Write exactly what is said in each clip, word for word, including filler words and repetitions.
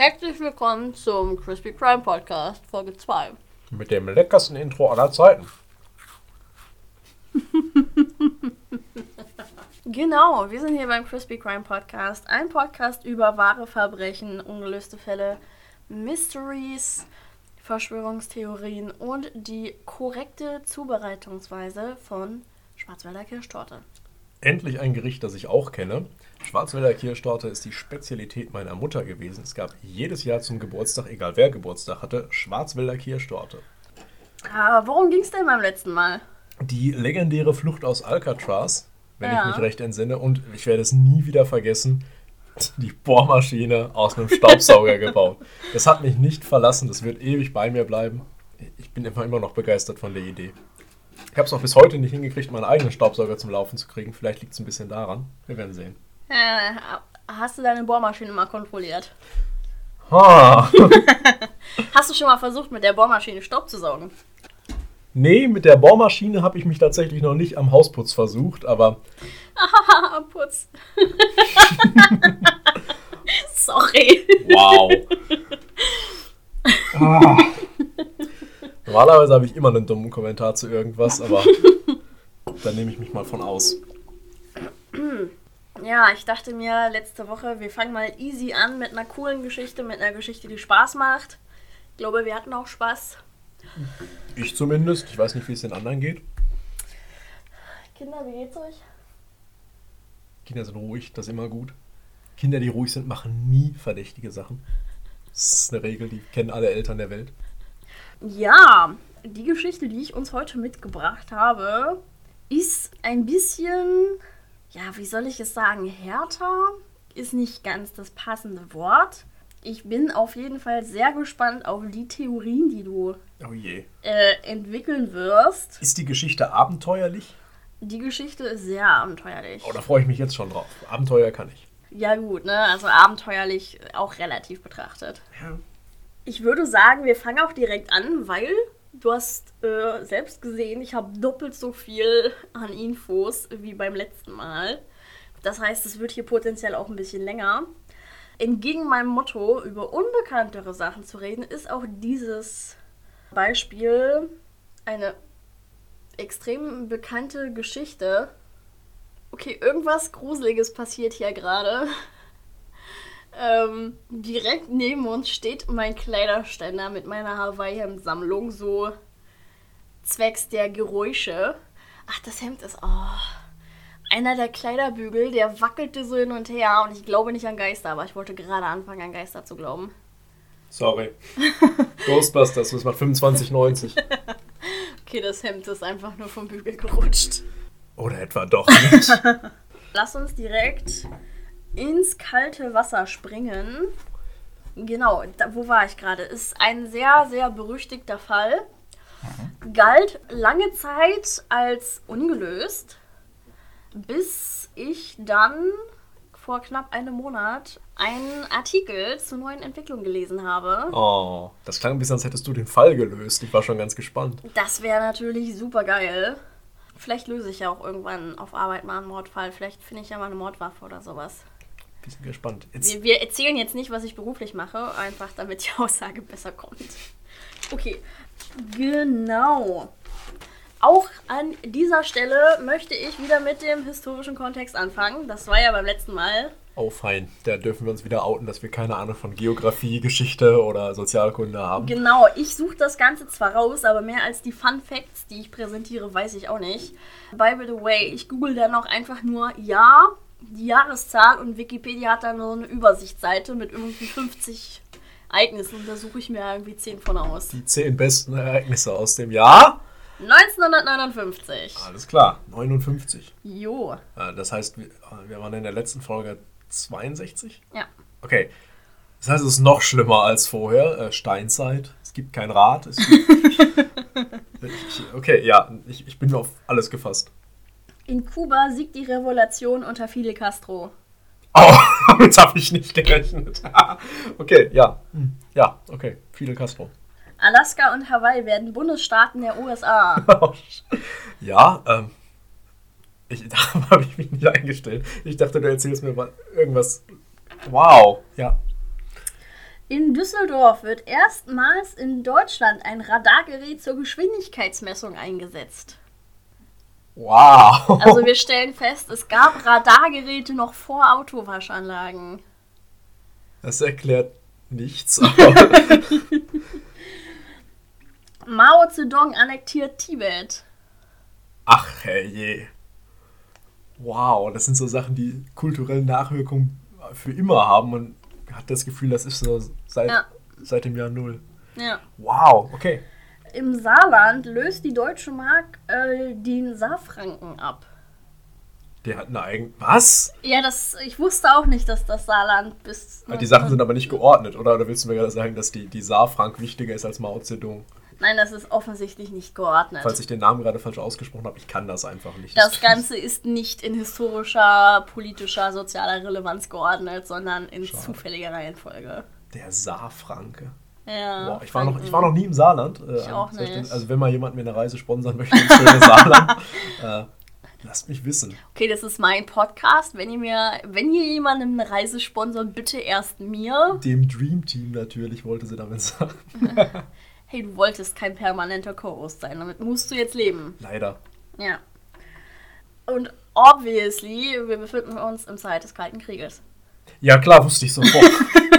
Herzlich willkommen zum Crispy Crime Podcast, Folge zwei. Mit dem leckersten Intro aller Zeiten. Genau, wir sind hier beim Crispy Crime Podcast. Ein Podcast über wahre Verbrechen, ungelöste Fälle, Mysteries, Verschwörungstheorien und die korrekte Zubereitungsweise von Schwarzwälder Kirschtorte. Endlich ein Gericht, das ich auch kenne. Schwarzwälder Kirschtorte ist die Spezialität meiner Mutter gewesen. Es gab jedes Jahr zum Geburtstag, egal wer Geburtstag hatte, Schwarzwälder Kirschtorte. Ah, worum ging es denn beim letzten Mal? Die legendäre Flucht aus Alcatraz, wenn Ja. ich mich recht entsinne. Und ich werde es nie wieder vergessen, die Bohrmaschine aus einem Staubsauger gebaut. Das hat mich nicht verlassen, das wird ewig bei mir bleiben. Ich bin immer, immer noch begeistert von der Idee. Ich habe es auch bis heute nicht hingekriegt, meinen eigenen Staubsauger zum Laufen zu kriegen. Vielleicht liegt es ein bisschen daran. Wir werden sehen. Äh, hast du deine Bohrmaschine mal kontrolliert? Ha. Hast du schon mal versucht, mit der Bohrmaschine Staub zu saugen? Nee, mit der Bohrmaschine habe ich mich tatsächlich noch nicht am Hausputz versucht, aber Haha, Putz. Sorry. wow. Ah. Normalerweise habe ich immer einen dummen Kommentar zu irgendwas, aber da nehme ich mich mal von aus. Ja, ich dachte mir letzte Woche, wir fangen mal easy an mit einer coolen Geschichte, mit einer Geschichte, die Spaß macht. Ich glaube, wir hatten auch Spaß. Ich zumindest. Ich weiß nicht, wie es den anderen geht. Kinder, wie geht's euch? Kinder sind ruhig, das ist immer gut. Kinder, die ruhig sind, machen nie verdächtige Sachen. Das ist eine Regel, die kennen alle Eltern der Welt. Ja, die Geschichte, die ich uns heute mitgebracht habe, ist ein bisschen, ja, wie soll ich es sagen, härter, ist nicht ganz das passende Wort. Ich bin auf jeden Fall sehr gespannt auf die Theorien, die du Oh je. äh, entwickeln wirst. Ist die Geschichte abenteuerlich? Die Geschichte ist sehr abenteuerlich. Oh, da freue ich mich jetzt schon drauf. Abenteuer kann ich. Ja gut, ne, also abenteuerlich auch relativ betrachtet. Ja. Ich würde sagen, wir fangen auch direkt an, weil du hast äh, selbst gesehen, ich habe doppelt so viel an Infos wie beim letzten Mal. Das heißt, es wird hier potenziell auch ein bisschen länger. Entgegen meinem Motto, über unbekanntere Sachen zu reden, ist auch dieses Beispiel eine extrem bekannte Geschichte. Okay, irgendwas Gruseliges passiert hier gerade. Ähm, direkt neben uns steht mein Kleiderständer mit meiner Hawaii-Hemd-Sammlung, so zwecks der Geräusche. Ach, das Hemd ist, oh, einer der Kleiderbügel, der wackelte so hin und her und ich glaube nicht an Geister, aber ich wollte gerade anfangen, an Geister zu glauben. Sorry. Ghostbusters, das macht fünfundzwanzig neunzig. Okay, das Hemd ist einfach nur vom Bügel gerutscht. Oder etwa doch nicht. Lass uns direkt ins kalte Wasser springen. Genau, da, wo war ich gerade? Ist ein sehr, sehr berüchtigter Fall. Mhm. Galt lange Zeit als ungelöst, bis ich dann vor knapp einem Monat einen Artikel zur neuen Entwicklung gelesen habe. Oh, das klang ein bisschen, als hättest du den Fall gelöst. Ich war schon ganz gespannt. Das wäre natürlich super geil. Vielleicht löse ich ja auch irgendwann auf Arbeit mal einen Mordfall. Vielleicht finde ich ja mal eine Mordwaffe oder sowas. Bisschen gespannt. Jetzt. Wir, wir erzählen jetzt nicht, was ich beruflich mache, einfach damit die Aussage besser kommt. Okay, genau. Auch an dieser Stelle möchte ich wieder mit dem historischen Kontext anfangen. Das war ja beim letzten Mal. Oh, fein. Da dürfen wir uns wieder outen, dass wir keine Ahnung von Geografie, Geschichte oder Sozialkunde haben. Genau, ich suche das Ganze zwar raus, aber mehr als die Fun Facts, die ich präsentiere, weiß ich auch nicht. By the way, ich google dann auch einfach nur ja, die Jahreszahl und Wikipedia hat dann so eine Übersichtsseite mit irgendwie fünfzig Ereignissen und da suche ich mir irgendwie zehn von aus. Die zehn besten Ereignisse aus dem Jahr? neunzehnhundertneunundfünfzig. Alles klar, neunundfünfzig. Jo. Das heißt, wir, wir waren in der letzten Folge zweiundsechzig? Ja. Okay. Das heißt, es ist noch schlimmer als vorher. Steinzeit. Es gibt kein Rad. Es gibt ich, okay, ja. Ich, ich bin auf alles gefasst. In Kuba siegt die Revolution unter Fidel Castro. Oh, damit habe ich nicht gerechnet. Okay, ja. Ja, okay. Fidel Castro. Alaska und Hawaii werden Bundesstaaten der U S A. Ja, ähm. Ich, darauf habe ich mich nicht eingestellt. Ich dachte, du erzählst mir mal irgendwas. Wow, ja. In Düsseldorf wird erstmals in Deutschland ein Radargerät zur Geschwindigkeitsmessung eingesetzt. Wow. Also wir stellen fest, es gab Radargeräte noch vor Autowaschanlagen. Das erklärt nichts. Mao Zedong annektiert Tibet. Ach herrje. Wow, das sind so Sachen, die kulturelle Nachwirkungen für immer haben und hat das Gefühl, das ist so seit, Ja. seit dem Jahr Null. Ja. Wow, okay. Im Saarland löst die Deutsche Mark äh, den Saarfranken ab. Der hat eine eigene... Was? Ja, das, ich wusste auch nicht, dass das Saarland bis... Die Sachen sind aber nicht geordnet, oder? Oder willst du mir gerade sagen, dass die, die Saarfrank wichtiger ist als Mao Zedong? Nein, das ist offensichtlich nicht geordnet. Falls ich den Namen gerade falsch ausgesprochen habe, ich kann das einfach nicht. Das Ganze ist nicht in historischer, politischer, sozialer Relevanz geordnet, sondern in Schade. zufälliger Reihenfolge. Der Saarfranke. Ja, Wow, ich, war noch, ich war noch nie im Saarland. Äh, Ich auch soll ich denn- nicht. Also wenn mal jemand mir eine Reise sponsern möchte ins schöne Saarland, äh, lasst mich wissen. Okay, das ist mein Podcast. Wenn ihr mir, wenn ihr jemandem eine Reise sponsert, bitte erst mir. Dem Dream Team natürlich, wollte sie damit sagen. Hey, du wolltest kein permanenter Co-Host sein. Damit musst du jetzt leben. Leider. Ja. Und obviously, wir befinden uns im Zeit des Kalten Krieges. Ja klar, wusste ich sofort.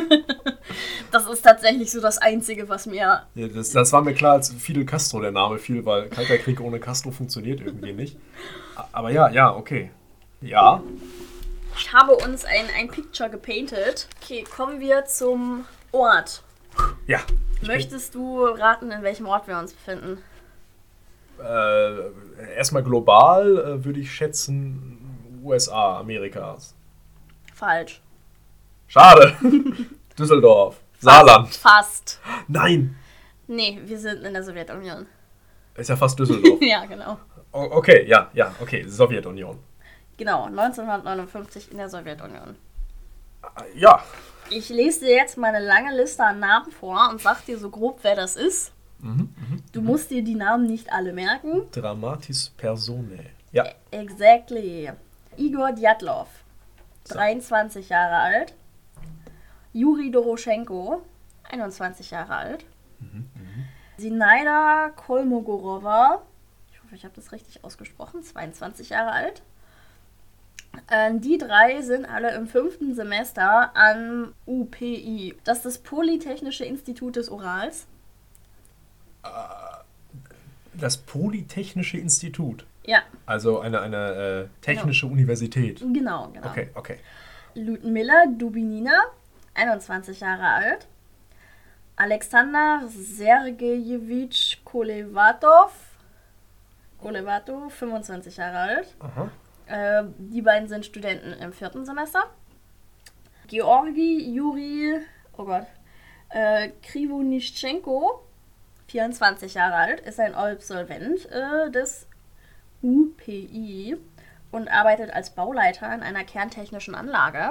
Das ist tatsächlich so das Einzige, was mir... Ja, das, das war mir klar, als Fidel Castro der Name fiel, weil Kalter Krieg ohne Castro funktioniert irgendwie nicht. Aber ja, ja, okay. Ja, Ich habe uns ein, ein Picture gepainted. Okay, kommen wir zum Ort. ja. Ich Möchtest du raten, in welchem Ort wir uns befinden? bin, äh, erstmal global äh, würde ich schätzen U S A, Amerikas. Falsch. Schade. Düsseldorf. Saarland. Fast. Nein. Nee, wir sind in der Sowjetunion. Ist ja fast Düsseldorf. Ja, genau. O- okay, ja, ja, okay. Sowjetunion. Genau, neunzehnhundertneunundfünfzig in der Sowjetunion. Ja. Ich lese dir jetzt mal eine lange Liste an Namen vor und sag dir so grob, wer das ist. Mhm, mhm. Du musst dir die Namen nicht alle merken. Dramatis Personae. Ja. Exactly. Igor Djatlov, So. dreiundzwanzig Jahre alt. Juri Doroschenko, einundzwanzig Jahre alt. Zinaida Kolmogorova, ich hoffe, ich habe das richtig ausgesprochen, zweiundzwanzig Jahre alt. Ähm, die drei sind alle im fünften Semester an U P I. Das ist das Polytechnische Institut des Urals. Das Polytechnische Institut. Ja, Also eine, eine äh, technische Universität. genau, genau. Okay, okay. Ludmila Dubinina, einundzwanzig Jahre alt. Alexander Sergejewitsch Kolevatov, Kolevatov, fünfundzwanzig Jahre alt. Aha. Äh, die beiden sind Studenten im vierten Semester. Georgi Juri, oh Gott, äh, Krivonischenko, vierundzwanzig Jahre alt, ist ein Absolvent äh, des U P I und arbeitet als Bauleiter in einer kerntechnischen Anlage.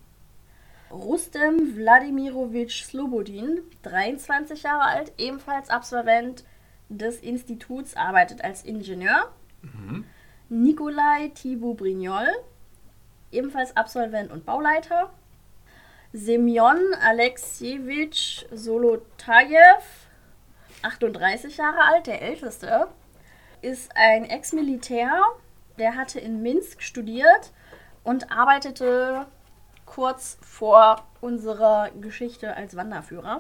Rustem Wladimirovich Slobodin, dreiundzwanzig Jahre alt, ebenfalls Absolvent des Instituts, arbeitet als Ingenieur. Mhm. Nikolai Thibault-Brignol, ebenfalls Absolvent und Bauleiter. Semyon Alexejewitsch Solotajew, achtunddreißig Jahre alt, der älteste, ist ein Ex-Militär, der hatte in Minsk studiert und arbeitete kurz vor unserer Geschichte als Wanderführer.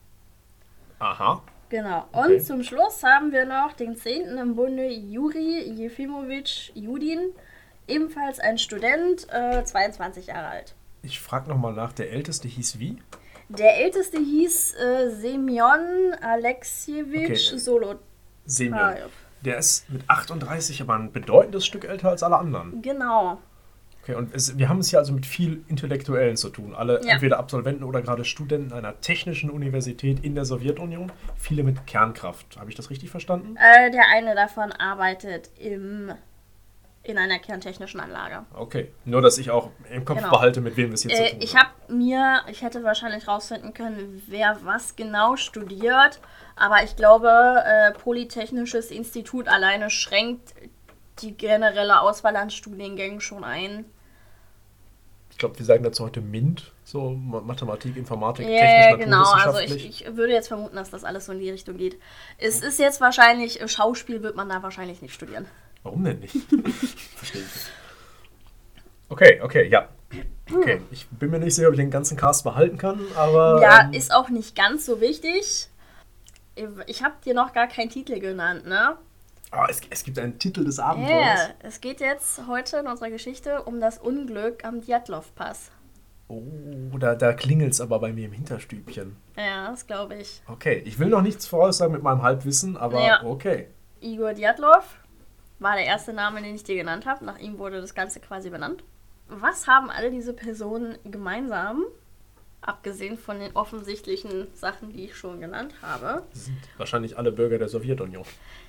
Aha. Genau. Und Okay. zum Schluss haben wir noch den zehnten im Bunde, Juri Jefimowitsch Judin, ebenfalls ein Student, äh, zweiundzwanzig Jahre alt. Ich frage nochmal nach, der Älteste hieß wie? Der älteste hieß äh, Semyon Alexejewitsch Okay. Solotajew. Semyon. Der ist mit achtunddreißig aber ein bedeutendes Stück älter als alle anderen. Genau. Okay, und es, wir haben es hier also mit viel Intellektuellen zu tun. Alle Ja. entweder Absolventen oder gerade Studenten einer technischen Universität in der Sowjetunion. Viele mit Kernkraft. Habe ich das richtig verstanden? Äh, der eine davon arbeitet im, in einer kerntechnischen Anlage. Okay. Nur, dass ich auch im Kopf Genau. behalte, mit wem wir es hier zu Äh, tun ich haben. habe mir, ich hätte wahrscheinlich rausfinden können, wer was genau studiert, aber ich glaube, äh, Polytechnisches Institut alleine schränkt die generelle Auswahl an Studiengängen schon ein. Ich glaube, wir sagen dazu heute MINT, so Mathematik, Informatik, Ja, technisch, genau. Also naturwissenschaftlich. ich, ich würde jetzt vermuten, dass das alles so in die Richtung geht. Es ist jetzt wahrscheinlich, äh, Schauspiel wird man da wahrscheinlich nicht studieren. Warum denn nicht? Verstehe ich nicht. Okay, okay, ja. Okay, ich bin mir nicht sicher, ob ich den ganzen Cast behalten kann, aber... Ja, ähm, ist auch nicht ganz so wichtig. Ich habe dir noch gar keinen Titel genannt, ne? oh, es, es gibt einen Titel des Ja, Abenteuers. es geht jetzt heute in unserer Geschichte um das Unglück am Djatlov-Pass. Oh, da, da klingelt es aber bei mir im Hinterstübchen. Ja, das glaube ich. Okay, ich will noch nichts voraussagen mit meinem Halbwissen, aber Ja. okay. Igor Djatlov war der erste Name, den ich dir genannt habe. Nach ihm wurde das Ganze quasi benannt. Was haben alle diese Personen gemeinsam, abgesehen von den offensichtlichen Sachen, die ich schon genannt habe? Das sind wahrscheinlich alle Bürger der Sowjetunion.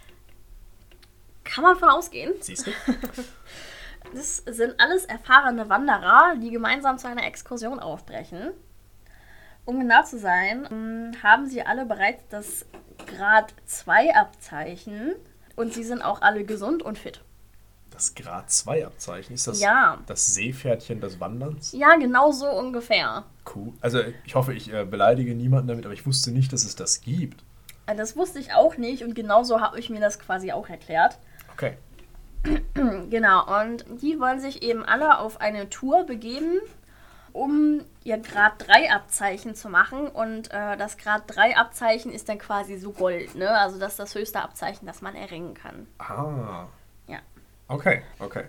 Kann man von ausgehen. Siehst du? Das sind alles erfahrene Wanderer, die gemeinsam zu einer Exkursion aufbrechen. Um genau zu sein, ähm, haben sie alle bereits das Grad zwei Abzeichen und sie sind auch alle gesund und fit. Das Grad zwei Abzeichen, ist das Ja. das Seepferdchen des Wanderns? Ja, genau so ungefähr. Cool. Also ich hoffe, ich äh, beleidige niemanden damit, aber ich wusste nicht, dass es das gibt. Äh, Das wusste ich auch nicht und genauso habe ich mir das quasi auch erklärt. Okay. Genau, und die wollen sich eben alle auf eine Tour begeben, um ihr Grad drei Abzeichen zu machen. Und äh, das Grad drei Abzeichen ist dann quasi so Gold, ne? Also das ist das höchste Abzeichen, das man erringen kann. Ah. Ja. Okay, okay.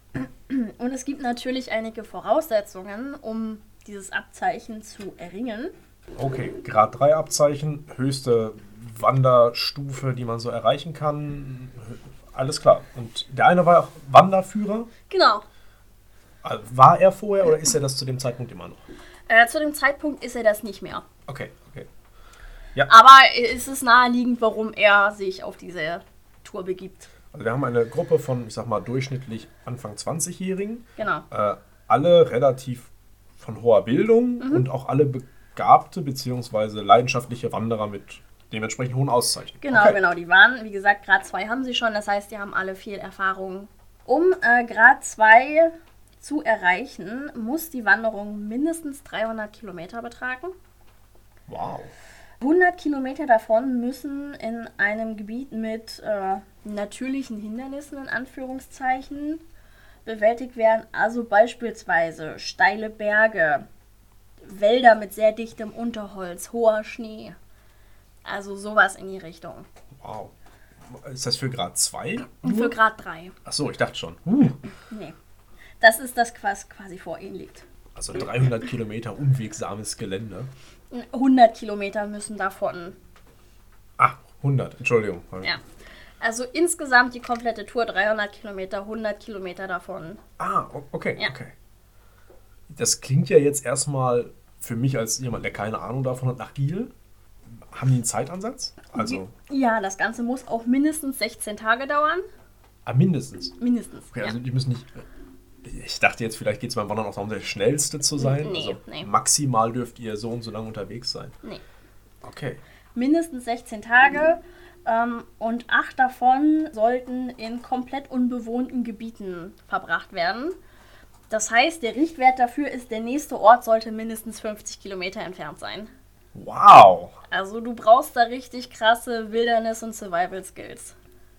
Und es gibt natürlich einige Voraussetzungen, um dieses Abzeichen zu erringen. Okay, Grad drei Abzeichen, höchste Wanderstufe, die man so erreichen kann. Alles klar. Und der eine war auch Wanderführer. Genau. Also war er vorher oder ist er das zu dem Zeitpunkt immer noch? Äh, zu dem Zeitpunkt ist er das nicht mehr. Okay, okay. Aber es ist naheliegend, warum er sich auf diese Tour begibt. Also wir haben eine Gruppe von, ich sag mal, durchschnittlich Anfang zwanzig-Jährigen. Genau. Äh, alle relativ von hoher Bildung Mhm. und auch alle begabte bzw. leidenschaftliche Wanderer mit dementsprechend hohen Auszeichnungen. Genau, Okay. genau. Die waren, wie gesagt, Grad zwei haben sie schon. Das heißt, die haben alle viel Erfahrung. Um äh, Grad zwei zu erreichen, muss die Wanderung mindestens dreihundert Kilometer betragen. Wow. hundert Kilometer davon müssen in einem Gebiet mit äh, natürlichen Hindernissen, in Anführungszeichen, bewältigt werden. Also beispielsweise steile Berge, Wälder mit sehr dichtem Unterholz, hoher Schnee. Also sowas in die Richtung. Wow. Ist das für Grad zwei? Und für Grad drei. Achso, ich dachte schon. Uh, Nee. Das ist das, was quasi vor ihnen liegt. also dreihundert Kilometer unwegsames Gelände. hundert Kilometer müssen davon. Ah, hundert, Entschuldigung. Ja. Also insgesamt die komplette Tour dreihundert Kilometer, hundert Kilometer davon. Ah, o- okay, Ja. okay. Das klingt ja jetzt erstmal für mich als jemand, der keine Ahnung davon hat, nach Giel. Haben die einen Zeitansatz? Also, Ja, das Ganze muss auch mindestens sechzehn Tage dauern. ah, mindestens. Mindestens. Okay, ja. also die müssen nicht. Ich dachte jetzt, vielleicht geht es beim Wandern auch darum, der Schnellste zu sein. Nee, also nee. maximal dürft ihr so und so lange unterwegs sein. Nee. Okay. Mindestens sechzehn Tage. Ähm, und acht davon sollten in komplett unbewohnten Gebieten verbracht werden. Das heißt, der Richtwert dafür ist, der nächste Ort sollte mindestens fünfzig Kilometer entfernt sein. Wow. Also du brauchst da richtig krasse Wilderness- und Survival-Skills.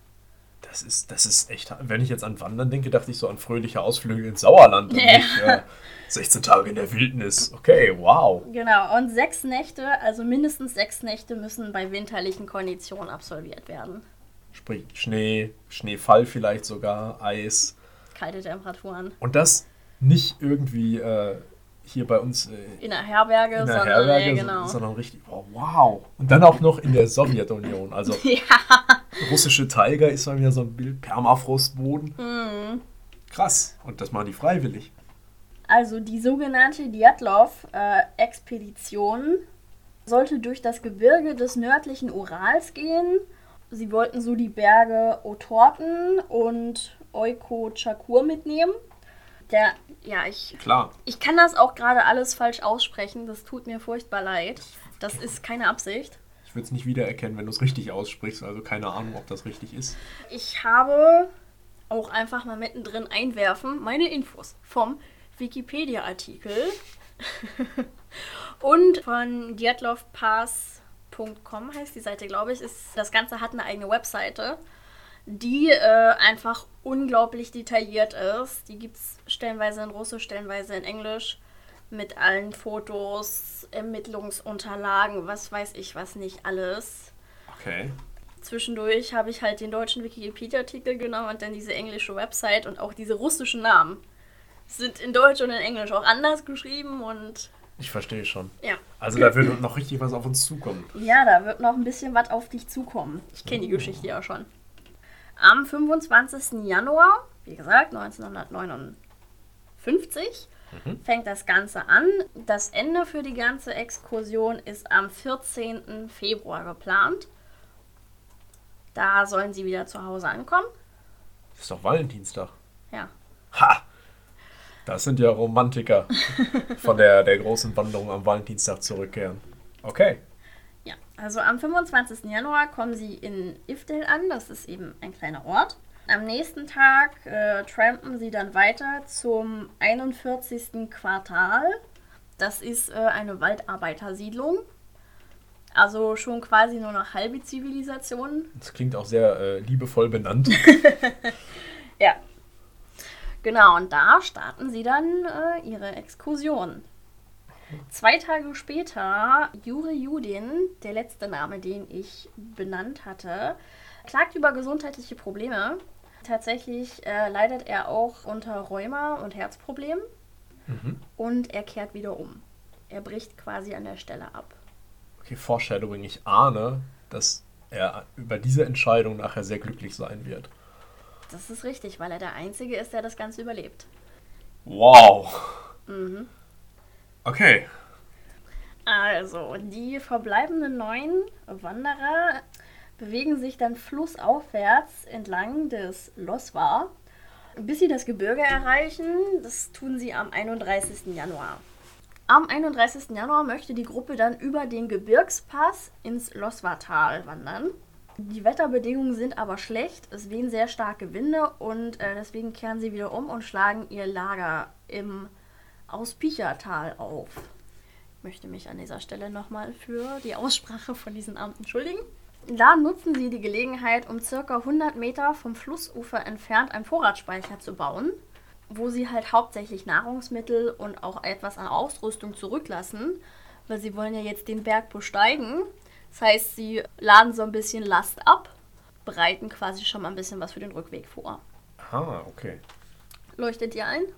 Das ist, das ist echt. Wenn ich jetzt an Wandern denke, dachte ich so an fröhliche Ausflüge ins Sauerland und Ja. nicht äh, sechzehn Tage in der Wildnis. Okay, wow. Genau, und sechs Nächte, also mindestens sechs Nächte müssen bei winterlichen Konditionen absolviert werden. Sprich Schnee, Schneefall vielleicht sogar, Eis. Kalte Temperaturen. Und das nicht irgendwie äh, hier bei uns äh, In der Herberge, in der sondern, Herberge, ja, genau. so- sondern richtig, oh, wow. Und dann auch noch in der Sowjetunion. Also Ja. russische Tiger ist bei mir so ein Bild, Permafrostboden. Mhm. Krass. Und das machen die freiwillig. Also die sogenannte Djatlov-Expedition sollte durch das Gebirge des nördlichen Urals gehen. Sie wollten so die Berge Otorten und Oiko-Chakur mitnehmen. Der, ja, ich, Klar. ich kann das auch gerade alles falsch aussprechen. Das tut mir furchtbar leid. Das ist keine Absicht. Ich würde es nicht wiedererkennen, wenn du es richtig aussprichst. Also keine Ahnung, ob das richtig ist. Ich habe auch einfach mal mittendrin einwerfen meine Infos vom Wikipedia-Artikel und von djatlovpass punkt com heißt die Seite, glaube ich. Ist, das Ganze hat eine eigene Webseite, die äh, einfach unglaublich detailliert ist. Die gibt es stellenweise in Russisch, stellenweise in Englisch, mit allen Fotos, Ermittlungsunterlagen, was weiß ich, was nicht alles. Okay. Zwischendurch habe ich halt den deutschen Wikipedia-Artikel genommen und dann diese englische Website und auch diese russischen Namen sind in Deutsch und in Englisch auch anders geschrieben und... Ich verstehe schon. Ja. Also da wird noch richtig was auf uns zukommen. Ja, da wird noch ein bisschen was auf dich zukommen. Ich kenne die Geschichte ja schon. Am fünfundzwanzigsten Januar, wie gesagt, neunzehnhundertneunundfünfzig, mhm. fängt das Ganze an. Das Ende für die ganze Exkursion ist am vierzehnten Februar geplant. Da sollen sie wieder zu Hause ankommen. Das ist doch Valentinstag. Ja. Ha! Das sind ja Romantiker von der, der großen Wanderung am Valentinstag zurückkehren. Okay. Ja, also am fünfundzwanzigsten Januar kommen sie in Ifdel an. Das ist eben ein kleiner Ort. Am nächsten Tag äh, trampen sie dann weiter zum einundvierzigsten Quartal. Das ist äh, eine Waldarbeitersiedlung. Also schon quasi nur noch halbe Zivilisation. Das klingt auch sehr äh, liebevoll benannt. Ja. Genau, und da starten sie dann äh, ihre Exkursion. Zwei Tage später, Juri Judin, der letzte Name, den ich benannt hatte, klagt über gesundheitliche Probleme. Tatsächlich äh, leidet er auch unter Rheuma und Herzproblemen. Mhm. Und er kehrt wieder um. Er bricht quasi an der Stelle ab. Okay, Foreshadowing. Ich ahne, dass er über diese Entscheidung nachher sehr glücklich sein wird. Das ist richtig, weil er der Einzige ist, der das Ganze überlebt. Wow. Mhm. Okay. Also, die verbleibenden neun Wanderer bewegen sich dann flussaufwärts entlang des Losva, bis sie das Gebirge erreichen. Das tun sie am einunddreißigsten Januar. Am einunddreißigsten Januar möchte die Gruppe dann über den Gebirgspass ins Losva-Tal wandern. Die Wetterbedingungen sind aber schlecht, es wehen sehr starke Winde und äh, deswegen kehren sie wieder um und schlagen ihr Lager im Auspichertal auf. Ich möchte mich an dieser Stelle nochmal für die Aussprache von diesem Amt entschuldigen. Da nutzen sie die Gelegenheit, um circa hundert Meter vom Flussufer entfernt einen Vorratsspeicher zu bauen, wo sie halt hauptsächlich Nahrungsmittel und auch etwas an Ausrüstung zurücklassen, weil sie wollen ja jetzt den Berg besteigen. Das heißt, sie laden so ein bisschen Last ab, bereiten quasi schon mal ein bisschen was für den Rückweg vor. Ah, okay. Leuchtet dir ein?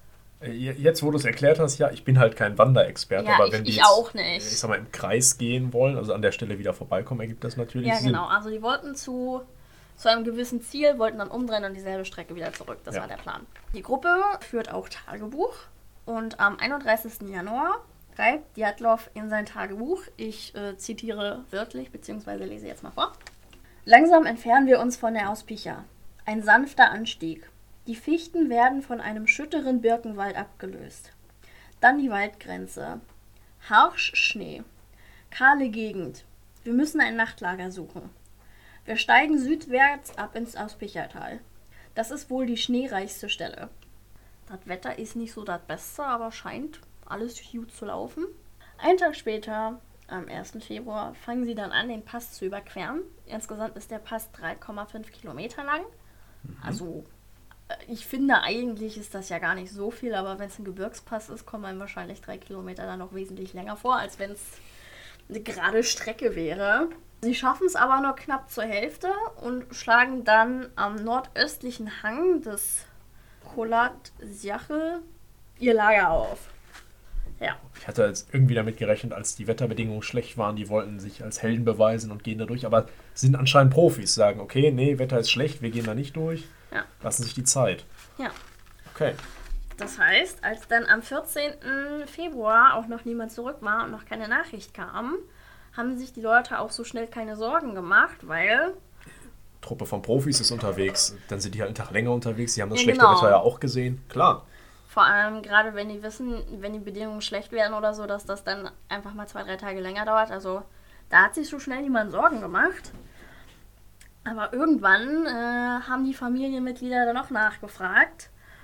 Jetzt, wo du es erklärt hast, ja, ich bin halt kein Wanderexperte, ja, aber ich, wenn die ich jetzt, auch nicht. ich sag mal, im Kreis gehen wollen, also an der Stelle wieder vorbeikommen, ergibt das natürlich ja, Sinn. Ja, genau. Also die wollten zu, zu einem gewissen Ziel, wollten dann umdrehen und dieselbe Strecke wieder zurück. Das ja. war der Plan. Die Gruppe führt auch Tagebuch und am einunddreißigsten Januar schreibt Djatlov in sein Tagebuch, ich äh, zitiere wörtlich, beziehungsweise lese jetzt mal vor. Langsam entfernen wir uns von der Auspicha. Ein sanfter Anstieg. Die Fichten werden von einem schütteren Birkenwald abgelöst. Dann die Waldgrenze. Harsch Schnee. Kahle Gegend. Wir müssen ein Nachtlager suchen. Wir steigen südwärts ab ins Auspichertal. Das ist wohl die schneereichste Stelle. Das Wetter ist nicht so das Beste, aber scheint alles gut zu laufen. Ein Tag später, am ersten Februar, fangen sie dann an, den Pass zu überqueren. Insgesamt ist der Pass drei Komma fünf Kilometer lang. Mhm. Also, ich finde, eigentlich ist das ja gar nicht so viel, aber wenn es ein Gebirgspass ist, kommen einem wahrscheinlich drei Kilometer dann noch wesentlich länger vor, als wenn es eine gerade Strecke wäre. Sie schaffen es aber nur knapp zur Hälfte und schlagen dann am nordöstlichen Hang des Kholat Syachl ihr Lager auf. Ja. Ich hatte jetzt irgendwie damit gerechnet, als die Wetterbedingungen schlecht waren, die wollten sich als Helden beweisen und gehen da durch, aber sind anscheinend Profis, sagen, okay, nee, Wetter ist schlecht, wir gehen da nicht durch, ja. lassen sich die Zeit. Ja. Okay. Das heißt, als dann am vierzehnten Februar auch noch niemand zurück war und noch keine Nachricht kam, haben sich die Leute auch so schnell keine Sorgen gemacht, weil... Truppe von Profis ist unterwegs, dann sind die halt einen Tag länger unterwegs, die haben das ja, schlechte genau. Wetter ja auch gesehen, klar. Vor allem gerade, wenn die wissen, wenn die Bedingungen schlecht werden oder so, dass das dann einfach mal zwei, drei Tage länger dauert. Also da hat sich so schnell niemand Sorgen gemacht. Aber irgendwann äh, haben die Familienmitglieder dann noch nachgefragt.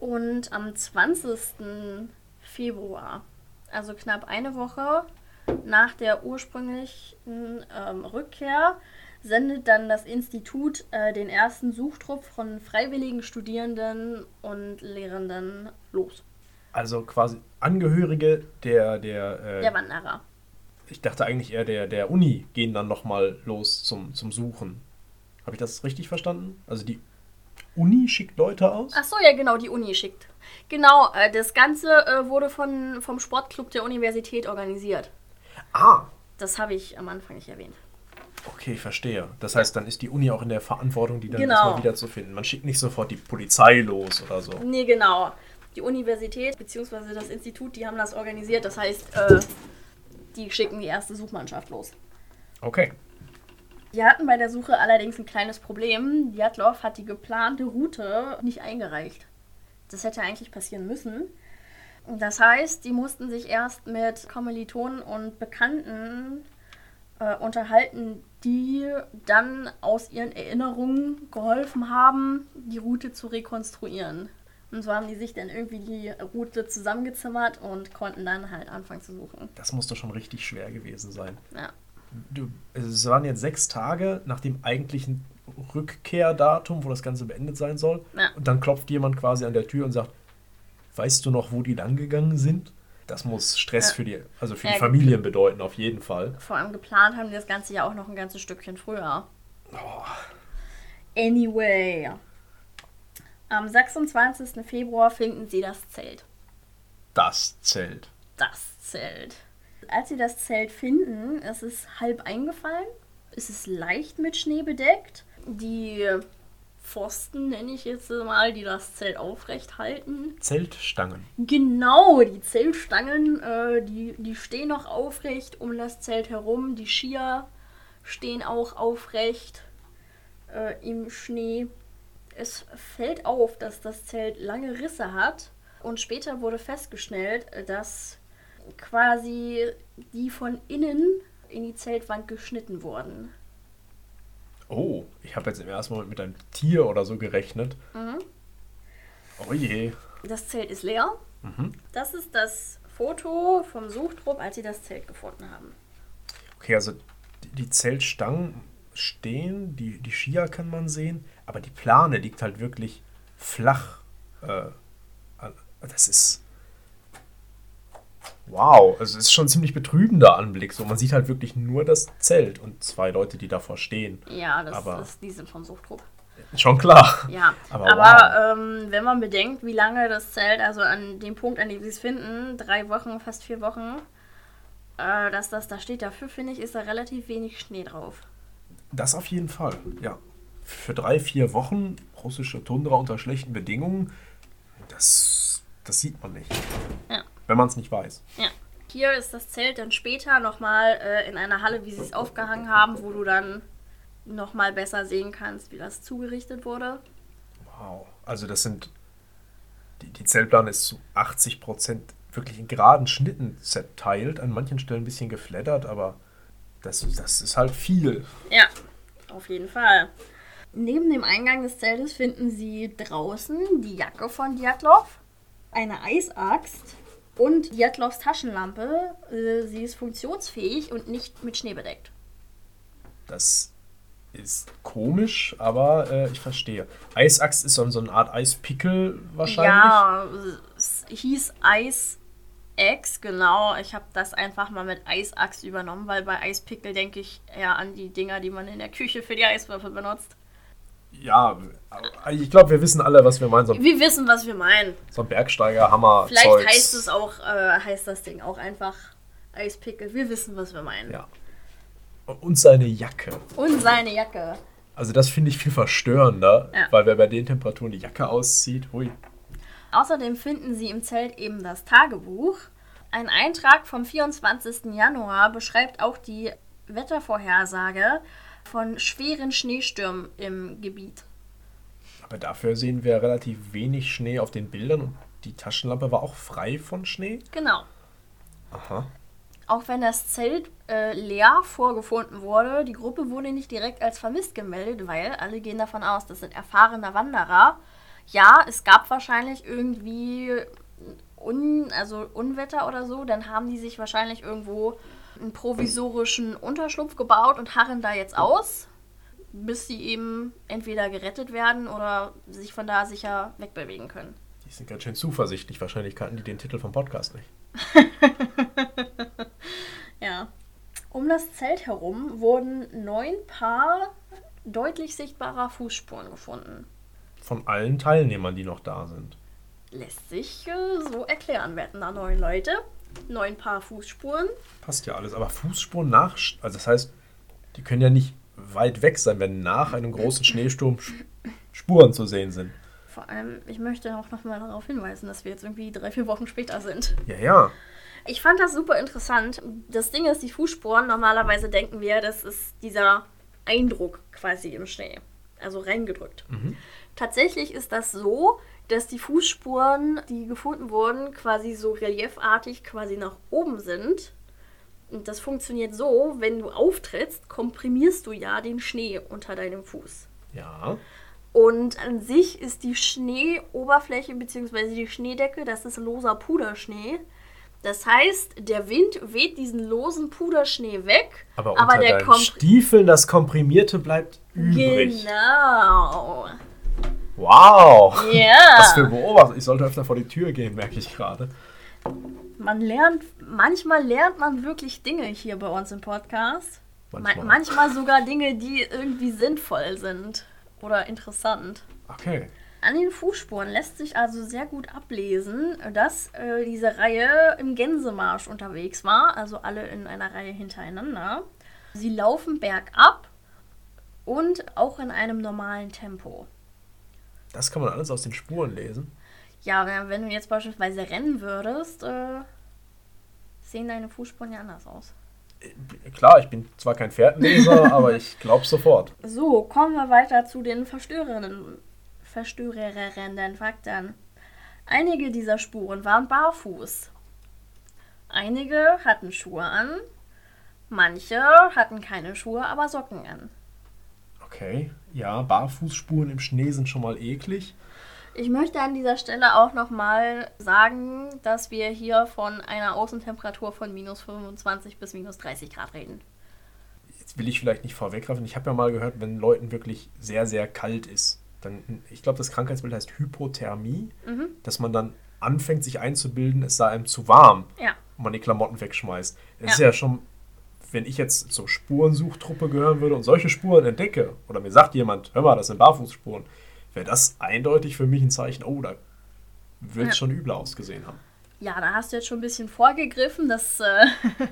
Und am zwanzigsten Februar, also knapp eine Woche nach der ursprünglichen ähm, Rückkehr, sendet dann das Institut äh, den ersten Suchtrupp von freiwilligen Studierenden und Lehrenden los. Also quasi Angehörige der... Der, äh, der Wanderer. Ich dachte eigentlich eher der, der Uni gehen dann nochmal los zum, zum Suchen. Habe ich das richtig verstanden? Also die Uni schickt Leute aus? Ach so, ja genau, die Uni schickt. Genau, äh, das Ganze äh, wurde von, vom Sportclub der Universität organisiert. Ah. Das habe ich am Anfang nicht erwähnt. Okay, verstehe. Das heißt, dann ist die Uni auch in der Verantwortung, die dann genau. erstmal wiederzufinden. Man schickt nicht sofort die Polizei los oder so. Nee, genau. Die Universität bzw. das Institut, die haben das organisiert. Das heißt, äh, die schicken die erste Suchmannschaft los. Okay. Die hatten bei der Suche allerdings ein kleines Problem. Djatlov hat die geplante Route nicht eingereicht. Das hätte eigentlich passieren müssen. Das heißt, die mussten sich erst mit Kommilitonen und Bekannten äh, unterhalten, die dann aus ihren Erinnerungen geholfen haben, die Route zu rekonstruieren. Und so haben die sich dann irgendwie die Route zusammengezimmert und konnten dann halt anfangen zu suchen. Das muss doch schon richtig schwer gewesen sein. Ja. Du, es waren jetzt sechs Tage nach dem eigentlichen Rückkehrdatum, wo das Ganze beendet sein soll. Ja. Und dann klopft jemand quasi an der Tür und sagt, weißt du noch, wo die lang gegangen sind? Das muss Stress ja. für die, also für ja, die Familien bedeuten, auf jeden Fall. Vor allem geplant haben die das Ganze ja auch noch ein ganzes Stückchen früher. Oh. Anyway. Am sechsundzwanzigsten Februar finden sie das Zelt. Das Zelt. Das Zelt. Als sie das Zelt finden, ist es halb eingefallen. Es ist leicht mit Schnee bedeckt. Die Pfosten, nenne ich jetzt mal, die das Zelt aufrecht halten. Zeltstangen. Genau, die Zeltstangen, äh, die, die stehen noch aufrecht um das Zelt herum. Die Skier stehen auch aufrecht äh, im Schnee. Es fällt auf, dass das Zelt lange Risse hat. Und später wurde festgestellt, dass quasi die von innen in die Zeltwand geschnitten wurden. Oh, ich habe jetzt im ersten Moment mit einem Tier oder so gerechnet. Mhm. Oh je. Das Zelt ist leer. Mhm. Das ist das Foto vom Suchtrupp, als sie das Zelt gefunden haben. Okay, also die, die Zeltstangen stehen, die, die Skier kann man sehen, aber die Plane liegt halt wirklich flach. Äh, das ist... Wow, also es ist schon ein ziemlich betrübender Anblick. So, man sieht halt wirklich nur das Zelt und zwei Leute, die davor stehen. Ja, das, aber das, die sind vom Suchtrupp. Schon klar. Ja, aber, aber wow. ähm, wenn man bedenkt, wie lange das Zelt, also an dem Punkt, an dem sie es finden, drei Wochen, fast vier Wochen, äh, dass das da steht, dafür finde ich, ist da relativ wenig Schnee drauf. Das auf jeden Fall, ja. Für drei, vier Wochen russische Tundra unter schlechten Bedingungen, das, das sieht man nicht. Ja. Wenn man es nicht weiß. Ja. Hier ist das Zelt dann später nochmal äh, in einer Halle, wie sie es aufgehangen haben, wo du dann nochmal besser sehen kannst, wie das zugerichtet wurde. Wow. Also das sind, die, die Zeltplane ist zu achtzig Prozent wirklich in geraden Schnitten zerteilt, an manchen Stellen ein bisschen geflattert, aber das, das ist halt viel. Ja, auf jeden Fall. Neben dem Eingang des Zeltes finden sie draußen die Jacke von Djatlov, eine Eisaxt und Djatlovs Taschenlampe. Sie ist funktionsfähig und nicht mit Schnee bedeckt. Das ist komisch, aber äh, ich verstehe. Eisaxt ist so, so eine Art Eispickel wahrscheinlich. Ja, es hieß Eisaxt, genau. Ich habe das einfach mal mit Eisaxt übernommen, weil bei Eispickel denke ich eher an die Dinger, die man in der Küche für die Eiswürfel benutzt. Ja, ich glaube, wir wissen alle, was wir meinen. So ein, wir wissen, was wir meinen. So ein Bergsteiger-Hammer. Vielleicht Zeugs. heißt es auch, äh, heißt das Ding auch einfach Eispickel. Wir wissen, was wir meinen. Ja. Und seine Jacke. Und seine Jacke. Also das finde ich viel verstörender, ja. weil wer bei den Temperaturen die Jacke auszieht, hui. Außerdem finden sie im Zelt eben das Tagebuch. Ein Eintrag vom vierundzwanzigsten Januar beschreibt auch die Wettervorhersage von schweren Schneestürmen im Gebiet. Aber dafür sehen wir relativ wenig Schnee auf den Bildern und die Taschenlampe war auch frei von Schnee? Genau. Aha. Auch wenn das Zelt äh, leer vorgefunden wurde, die Gruppe wurde nicht direkt als vermisst gemeldet, weil alle gehen davon aus, das sind erfahrene Wanderer, Ja, es gab wahrscheinlich irgendwie Un, also Unwetter oder so, dann haben die sich wahrscheinlich irgendwo einen provisorischen Unterschlupf gebaut und harren da jetzt aus, bis sie eben entweder gerettet werden oder sich von da sicher wegbewegen können. Die sind ganz schön zuversichtlich. Wahrscheinlich kannten die den Titel vom Podcast nicht. Ja. Um das Zelt herum wurden neun Paar deutlich sichtbarer Fußspuren gefunden. Von allen Teilnehmern, die noch da sind. Lässt sich äh, so erklären. Wir hatten da neun Leute, neun Paar Fußspuren. Passt ja alles. Aber Fußspuren nach... Also das heißt, die können ja nicht weit weg sein, wenn nach einem großen Schneesturm Spuren zu sehen sind. Vor allem, ich möchte auch nochmal darauf hinweisen, dass wir jetzt irgendwie drei, vier Wochen später sind. Ja, ja. Ich fand das super interessant. Das Ding ist, die Fußspuren, normalerweise denken wir, das ist dieser Eindruck quasi im Schnee. Also reingedrückt. Mhm. Tatsächlich ist das so, dass die Fußspuren, die gefunden wurden, quasi so reliefartig quasi nach oben sind. Und das funktioniert so, wenn du auftrittst, komprimierst du ja den Schnee unter deinem Fuß. Ja. Und an sich ist die Schneeoberfläche bzw. die Schneedecke, das ist loser Puderschnee. Das heißt, der Wind weht diesen losen Puderschnee weg, Aber, aber unter der deinen Kompr- Stiefeln, das Komprimierte bleibt übrig. Genau. Wow. Ja. Was für Beobachtung. Ich sollte öfter vor die Tür gehen, merke ich gerade. Man lernt, manchmal lernt man wirklich Dinge hier bei uns im Podcast. Manchmal. Ma- manchmal sogar Dinge, die irgendwie sinnvoll sind oder interessant. Okay. An den Fußspuren lässt sich also sehr gut ablesen, dass äh, diese Reihe im Gänsemarsch unterwegs war, also alle in einer Reihe hintereinander. Sie laufen bergab und auch in einem normalen Tempo. Das kann man alles aus den Spuren lesen. Ja, wenn du jetzt beispielsweise rennen würdest, äh, sehen deine Fußspuren ja anders aus. Klar, ich bin zwar kein Pferdenleser, aber ich glaube sofort. So, kommen wir weiter zu den verstörenden, verstörenden Fakten. Einige dieser Spuren waren barfuß. Einige hatten Schuhe an. Manche hatten keine Schuhe, aber Socken an. Okay, ja, Barfußspuren im Schnee sind schon mal eklig. Ich möchte an dieser Stelle auch nochmal sagen, dass wir hier von einer Außentemperatur von minus fünfundzwanzig bis minus dreißig Grad reden. Jetzt will ich vielleicht nicht vorweggreifen. Ich habe ja mal gehört, wenn Leuten wirklich sehr, sehr kalt ist, dann, ich glaube, das Krankheitsbild heißt Hypothermie, Mhm. dass man dann anfängt, sich einzubilden, es sei einem zu warm Ja. und man die Klamotten wegschmeißt. Das Ja. ist ja schon, wenn ich jetzt zur Spurensuchtruppe gehören würde und solche Spuren entdecke, oder mir sagt jemand, hör mal, das sind Barfußspuren, wäre das eindeutig für mich ein Zeichen, oh, da wird es Ja. schon übler ausgesehen haben. Ja, da hast du jetzt schon ein bisschen vorgegriffen. Das äh,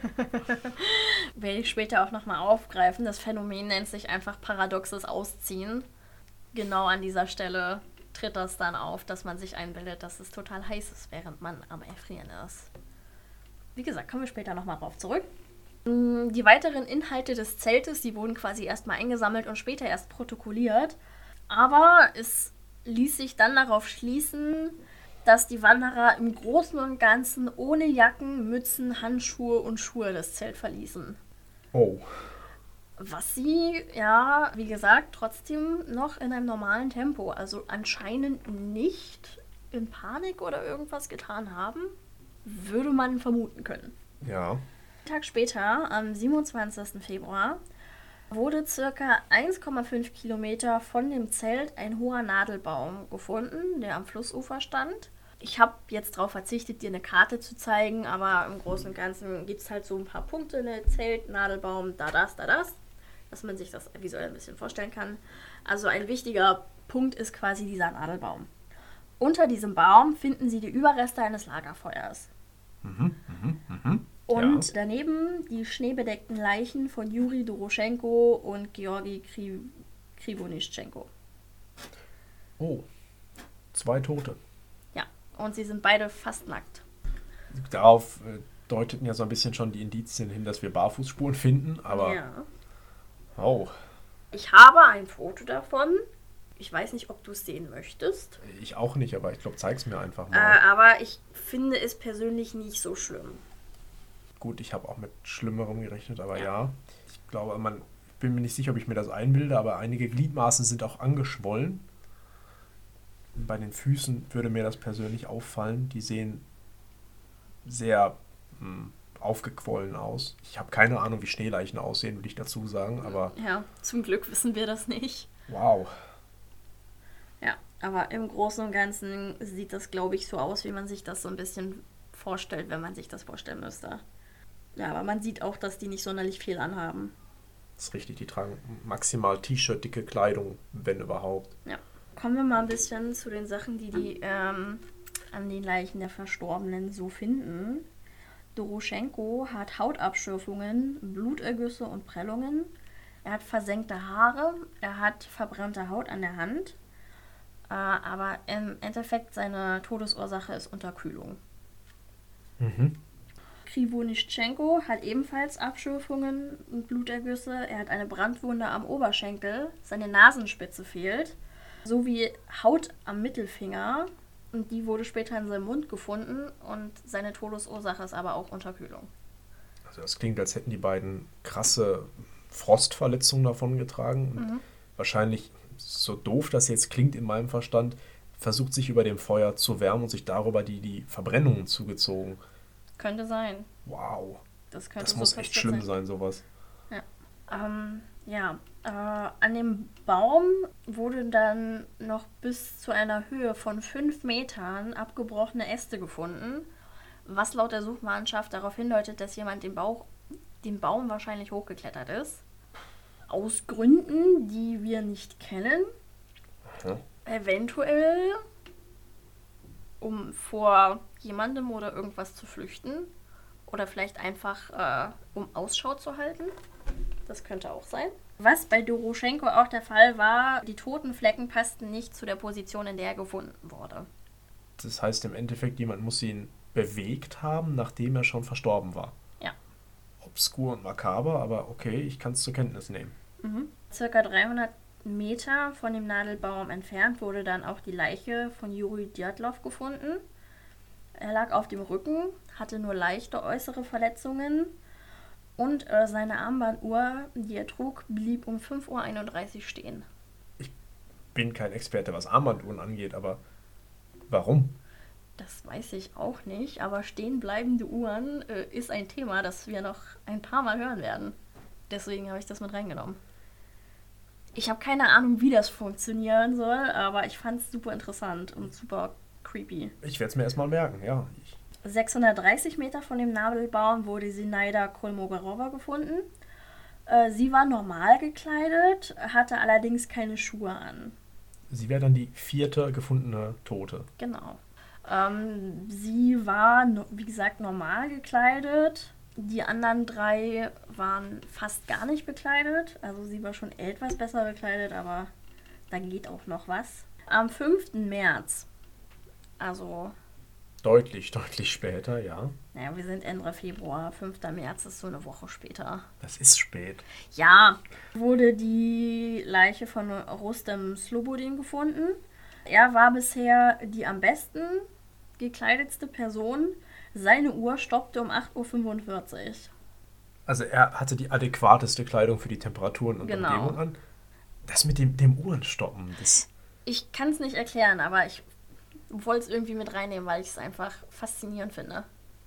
werde ich später auch nochmal aufgreifen. Das Phänomen nennt sich einfach paradoxes Ausziehen. Genau an dieser Stelle tritt das dann auf, dass man sich einbildet, dass es total heiß ist, während man am Erfrieren ist. Wie gesagt, kommen wir später nochmal drauf zurück. Die weiteren Inhalte des Zeltes, die wurden quasi erstmal eingesammelt und später erst protokolliert. Aber es ließ sich dann darauf schließen, dass die Wanderer im Großen und Ganzen ohne Jacken, Mützen, Handschuhe und Schuhe das Zelt verließen. Oh. Was sie, ja, wie gesagt, trotzdem noch in einem normalen Tempo, also anscheinend nicht in Panik oder irgendwas getan haben, würde man vermuten können. Ja. Einen Tag später, am siebenundzwanzigsten Februar, wurde circa eins Komma fünf Kilometer von dem Zelt ein hoher Nadelbaum gefunden, der am Flussufer stand. Ich habe jetzt darauf verzichtet, dir eine Karte zu zeigen, aber im Großen und Ganzen gibt es halt so ein paar Punkte, ne? Zelt, Nadelbaum, da das, da das, dass man sich das visuell ein bisschen vorstellen kann. Also ein wichtiger Punkt ist quasi dieser Nadelbaum. Unter diesem Baum finden sie die Überreste eines Lagerfeuers. Mhm, mhm, mhm. Und Ja. daneben die schneebedeckten Leichen von Juri Doroschenko und Georgi Kri- Krivonischenko. Oh. Zwei Tote. Ja, und sie sind beide fast nackt. Darauf äh, deuteten ja so ein bisschen schon die Indizien hin, dass wir Barfußspuren finden, aber Ja. oh, Ich habe ein Foto davon. Ich weiß nicht, ob du es sehen möchtest. ich auch nicht, aber ich glaube, zeig's mir einfach Äh, mal. aber ich finde es persönlich nicht so schlimm. Gut, ich habe auch mit Schlimmerem gerechnet, aber ja. Ja. Ich glaube, man, ich bin mir nicht sicher, ob ich mir das einbilde, aber einige Gliedmaßen sind auch angeschwollen. Bei den Füßen würde mir das persönlich auffallen. Die sehen sehr mh, aufgequollen aus. Ich habe keine Ahnung, wie Schneeleichen aussehen, würde ich dazu sagen, aber Ja, zum Glück wissen wir das nicht. wow. Ja, aber im Großen und Ganzen sieht das, glaube ich, so aus, wie man sich das so ein bisschen vorstellt, wenn man sich das vorstellen müsste. Ja, aber man sieht auch, dass die nicht sonderlich viel anhaben. Das ist richtig, die tragen maximal T-Shirt-dicke Kleidung, wenn überhaupt. Ja. Kommen wir mal ein bisschen zu den Sachen, die die ähm, an den Leichen der Verstorbenen so finden. Doroschenko hat Hautabschürfungen, Blutergüsse und Prellungen. Er hat versenkte Haare, er hat verbrannte Haut an der Hand. Äh, aber im Endeffekt seine Todesursache ist Unterkühlung. Mhm. Krivonischenko hat ebenfalls Abschürfungen und Blutergüsse. Er hat eine Brandwunde am Oberschenkel, seine Nasenspitze fehlt, sowie Haut am Mittelfinger. Und die wurde später in seinem Mund gefunden und seine Todesursache ist aber auch Unterkühlung. Also das klingt, als hätten die beiden krasse Frostverletzungen davon getragen. Und Mhm. wahrscheinlich, so doof das jetzt klingt in meinem Verstand, versucht sich über dem Feuer zu wärmen und sich darüber die, die Verbrennungen zugezogen. Könnte sein. Wow, Das könnte das so muss echt passiert schlimm sein. sein, sowas. Ähm, ja, äh, an dem Baum wurde dann noch bis zu einer Höhe von fünf Metern abgebrochene Äste gefunden, was laut der Suchmannschaft darauf hindeutet, dass jemand den, Bauch, den Baum wahrscheinlich hochgeklettert ist. Aus Gründen, die wir nicht kennen. Mhm. Eventuell, um vor jemandem oder irgendwas zu flüchten. Oder vielleicht einfach, äh, um Ausschau zu halten. Das könnte auch sein. Was bei Doroschenko auch der Fall war, die toten Flecken passten nicht zu der Position, in der er gefunden wurde. Das heißt im Endeffekt, jemand muss ihn bewegt haben, nachdem er schon verstorben war. Ja. Obskur und makaber, aber okay, ich kann es zur Kenntnis nehmen. Mhm. Circa dreihundert Meter von dem Nadelbaum entfernt wurde dann auch die Leiche von Juri Djatlov gefunden. Er lag auf dem Rücken, hatte nur leichte äußere Verletzungen und äh, seine Armbanduhr, die er trug, blieb um fünf Uhr einunddreißig stehen. Bin kein Experte, was Armbanduhren angeht, aber warum? Das weiß ich auch nicht, aber stehenbleibende Uhren äh, ist ein Thema, das wir noch ein paar Mal hören werden. Deswegen habe ich das mit reingenommen. Ich habe keine Ahnung, wie das funktionieren soll, aber ich fand es super interessant und super creepy. Ich werde es mir erstmal merken, ja. Ich, sechshundertdreißig Meter von dem Nadelbaum wurde Sinaida Kolmogorova gefunden. Äh, sie war normal gekleidet, hatte allerdings keine Schuhe an. sie wäre dann die vierte gefundene Tote. Genau. Ähm, sie war, no- wie gesagt, normal gekleidet. Die anderen drei waren fast gar nicht bekleidet. Also sie war schon etwas besser bekleidet, aber da geht auch noch was. Am fünften März, also, Deutlich, deutlich später, ja. naja, wir sind Ende Februar, fünfter März ist so eine Woche später. Das ist spät. Ja, wurde die Leiche von Rustem Slobodin gefunden. Er war bisher die am besten gekleidetste Person. Seine Uhr stoppte um acht Uhr fünfundvierzig. Also er hatte die adäquateste Kleidung für die Temperaturen und Genau. Umgebung an. Das mit dem, dem Uhrenstoppen, das... Ich kann es nicht erklären, aber ich wollte es irgendwie mit reinnehmen, weil ich es einfach faszinierend finde.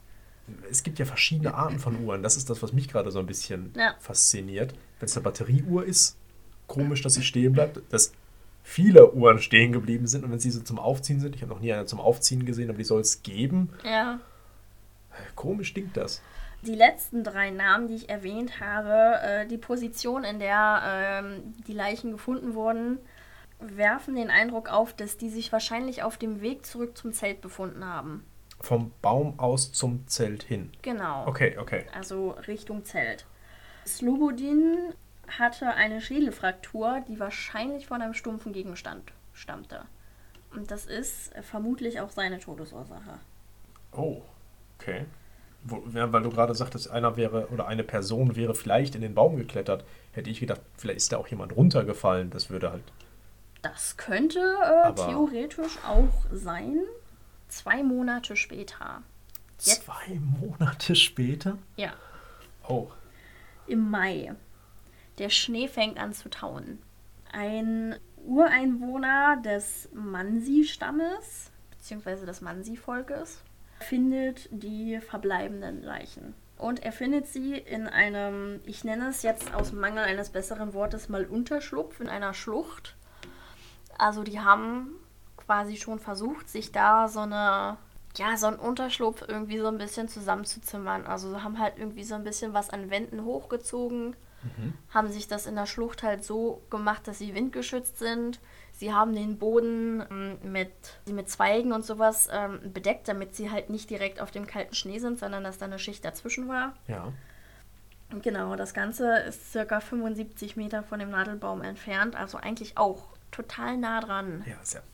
Es gibt ja verschiedene Arten von Uhren. Das ist das, was mich gerade so ein bisschen Ja. fasziniert. Wenn es eine Batterieuhr ist, komisch, dass sie stehen bleibt. Dass viele Uhren stehen geblieben sind und wenn sie so zum Aufziehen sind, ich habe noch nie eine zum Aufziehen gesehen, aber die soll es geben. Ja. Komisch stinkt das. Die letzten drei Namen, die ich erwähnt habe, äh, die Position, in der ähm, die Leichen gefunden wurden, werfen den Eindruck auf, dass die sich wahrscheinlich auf dem Weg zurück zum Zelt befunden haben. Vom Baum aus zum Zelt hin. Genau. Okay, okay. Also Richtung Zelt. Slobodin hatte eine Schädelfraktur, die wahrscheinlich von einem stumpfen Gegenstand stammte. Und das ist vermutlich auch seine Todesursache. Oh, okay. Wo, ja, weil du gerade sagtest, einer wäre oder eine Person wäre vielleicht in den Baum geklettert, hätte ich gedacht, vielleicht ist da auch jemand runtergefallen. Das würde halt. Das könnte äh, Aber- theoretisch auch sein. Zwei Monate später. Jetzt- Zwei Monate später? Ja, Oh. im Mai. Der Schnee fängt an zu tauen. Ein Ureinwohner des Mansi-Stammes, beziehungsweise des Mansi-Volkes, findet die verbleibenden Leichen. Und er findet sie in einem, ich nenne es jetzt aus Mangel eines besseren Wortes mal Unterschlupf, in einer Schlucht. Also die haben quasi schon versucht, sich da so eine, ja, so einen Unterschlupf irgendwie so ein bisschen zusammenzuzimmern. Also haben halt irgendwie so ein bisschen was an Wänden hochgezogen, mhm. haben sich das in der Schlucht halt so gemacht, dass sie windgeschützt sind. Sie haben den Boden ähm, mit, mit Zweigen und sowas ähm, bedeckt, damit sie halt nicht direkt auf dem kalten Schnee sind, sondern dass da eine Schicht dazwischen war. Ja. Genau, das Ganze ist circa fünfundsiebzig Meter von dem Nadelbaum entfernt, also eigentlich auch total nah dran. Ja, sehr.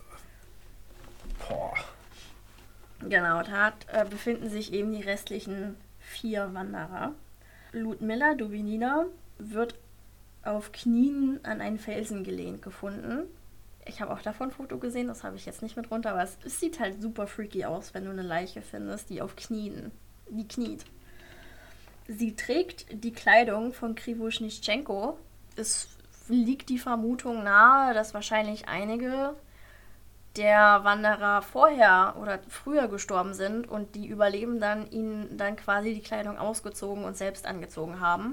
Boah. Genau, da äh, befinden sich eben die restlichen vier Wanderer. Ludmilla Dubinina wird auf Knien an einen Felsen gelehnt gefunden. Ich habe auch davon ein Foto gesehen, das habe ich jetzt nicht mit runter, aber es, es sieht halt super freaky aus, wenn du eine Leiche findest, die auf Knien, die kniet. Sie trägt die Kleidung von Krivoschnitschenko. Es liegt die Vermutung nahe, dass wahrscheinlich einige der Wanderer vorher oder früher gestorben sind und die Überlebenden ihnen dann quasi die Kleidung ausgezogen und selbst angezogen haben.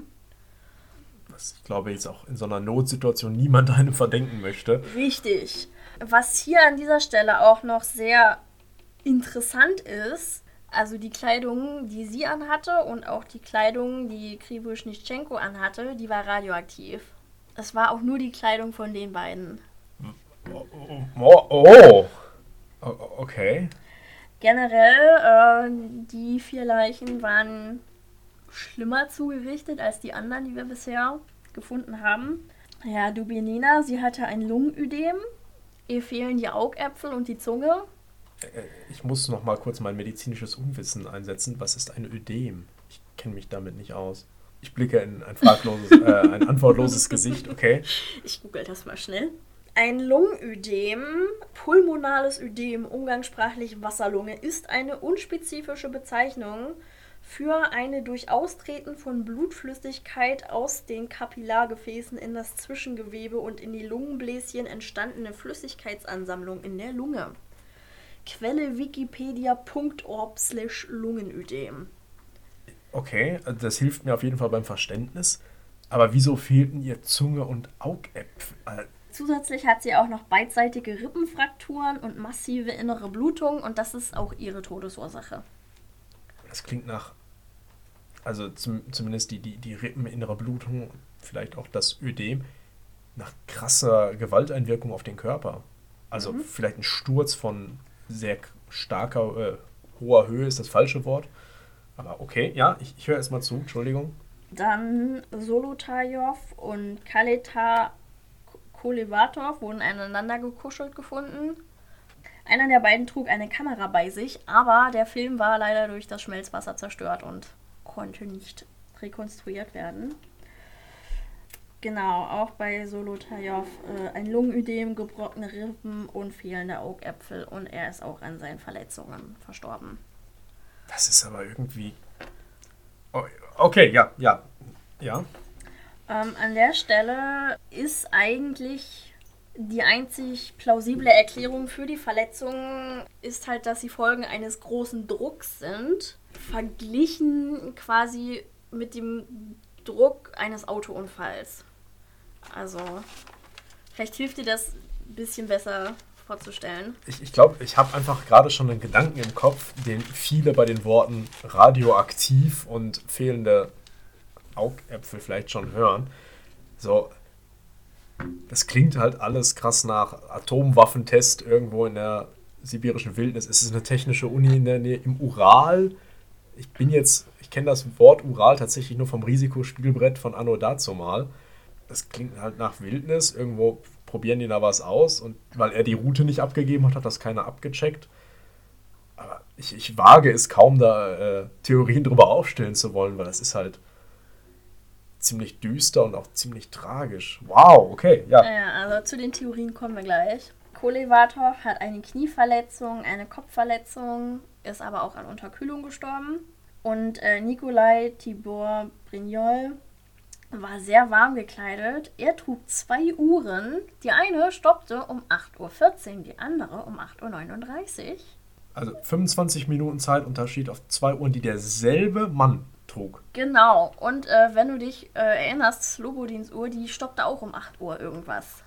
Was ich glaube jetzt auch in so einer Notsituation niemand einem verdenken möchte. Richtig. Was hier an dieser Stelle auch noch sehr interessant ist, also die Kleidung, die sie anhatte und auch die Kleidung, die Krivoschnitschenko anhatte, die war radioaktiv. Es war auch nur die Kleidung von den beiden. Oh, oh, oh. oh okay. Generell, äh, die vier Leichen waren schlimmer zugerichtet als die anderen, die wir bisher gefunden haben. Ja, Dubinina, sie hatte ein Lungenödem. Ihr fehlen die Augäpfel und die Zunge. Ich muss noch mal kurz mein medizinisches Unwissen einsetzen. Was ist ein Ödem? Ich kenne mich damit nicht aus. Ich blicke in ein fragloses, äh, ein antwortloses Gesicht, okay? Ich google das mal schnell. Ein Lungenödem, pulmonales Ödem, umgangssprachlich Wasserlunge, ist eine unspezifische Bezeichnung für eine durch Austreten von Blutflüssigkeit aus den Kapillargefäßen in das Zwischengewebe und in die Lungenbläschen entstandene Flüssigkeitsansammlung in der Lunge. Quelle wikipedia punkt org slash Lungenödem. Okay, das hilft mir auf jeden Fall beim Verständnis. Aber wieso fehlten ihr Zunge und Augäpfel? Zusätzlich hat sie auch noch beidseitige Rippenfrakturen und massive innere Blutung und das ist auch ihre Todesursache. Das klingt nach, also zum, zumindest die, die, die rippeninnere Blutung, vielleicht auch das Ödem, nach krasser Gewalteinwirkung auf den Körper. Also mhm. vielleicht ein Sturz von sehr starker, äh, hoher Höhe ist das falsche Wort. Aber okay, ja, ich, ich höre erstmal zu, Entschuldigung. Dann Solotaryov und Kaleta Kolevatov wurden aneinander gekuschelt gefunden. Einer der beiden trug eine Kamera bei sich, aber der Film war leider durch das Schmelzwasser zerstört und konnte nicht rekonstruiert werden. Genau, auch bei Solotaryov äh, ein Lungenödem, gebrochene Rippen und fehlende Augäpfel und er ist auch an seinen Verletzungen verstorben. Das ist aber irgendwie... Oh, okay, ja, ja, ja. Ähm, an der Stelle ist eigentlich die einzig plausible Erklärung für die Verletzungen ist halt, dass sie Folgen eines großen Drucks sind, verglichen quasi mit dem Druck eines Autounfalls. Also, vielleicht hilft dir das ein bisschen besser vorzustellen. Ich, ich glaube, ich habe einfach gerade schon einen Gedanken im Kopf, den viele bei den Worten radioaktiv und fehlende Augäpfel vielleicht schon hören. So, das klingt halt alles krass nach Atomwaffentest irgendwo in der sibirischen Wildnis. Es ist eine technische Uni in der Nähe im Ural. Ich bin jetzt, ich kenne das Wort Ural tatsächlich nur vom Risikospielbrett von Anno dazumal. Das klingt halt nach Wildnis. Irgendwo probieren die da was aus und weil er die Route nicht abgegeben hat, hat das keiner abgecheckt. Aber ich, ich wage es kaum, da äh, Theorien drüber aufstellen zu wollen, weil das ist halt ziemlich düster und auch ziemlich tragisch. Wow, okay, ja. Ja, also zu den Theorien kommen wir gleich. Kolevatov hat eine Knieverletzung, eine Kopfverletzung, ist aber auch an Unterkühlung gestorben. Und äh, Nikolai Tibor Brignol war sehr warm gekleidet. Er trug zwei Uhren. Die eine stoppte um acht Uhr vierzehn, die andere um acht Uhr neununddreißig. Also fünfundzwanzig Minuten Zeitunterschied auf zwei Uhren, die derselbe Mann trug. Genau. Und äh, wenn du dich äh, erinnerst, Slobodins Uhr, die stoppte auch um acht Uhr irgendwas.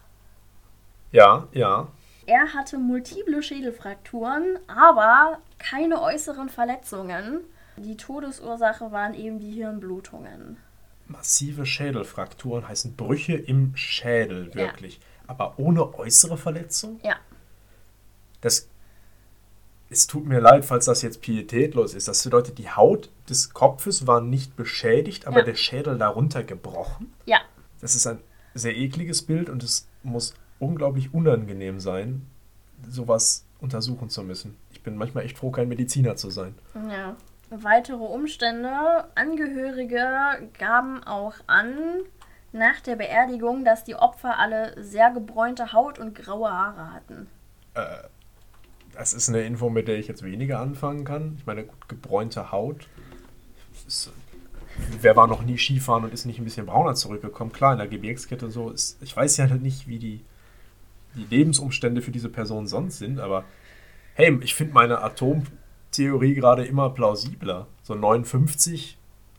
Ja, ja. Er hatte multiple Schädelfrakturen, aber keine äußeren Verletzungen. Die Todesursache waren eben die Hirnblutungen. Massive Schädelfrakturen heißen Brüche im Schädel, wirklich. Ja. Aber ohne äußere Verletzung? Ja. Das, es tut mir leid, falls das jetzt pietätlos ist. Das bedeutet, die Haut des Kopfes war nicht beschädigt, aber ja. der Schädel darunter gebrochen? Ja. Das ist ein sehr ekliges Bild und es muss unglaublich unangenehm sein, sowas untersuchen zu müssen. Ich bin manchmal echt froh, kein Mediziner zu sein. Ja. Weitere Umstände. Angehörige gaben auch an, nach der Beerdigung, dass die Opfer alle sehr gebräunte Haut und graue Haare hatten. Äh, das ist eine Info, mit der ich jetzt weniger anfangen kann. Ich meine, gut, gebräunte Haut. Ist, wer war noch nie Skifahren und ist nicht ein bisschen brauner zurückgekommen? Klar, in der Gebirgskette so ist. Ich weiß ja halt nicht, wie die, die Lebensumstände für diese Person sonst sind, aber hey, ich finde meine Atomtheorie gerade immer plausibler. So neunundfünfzig,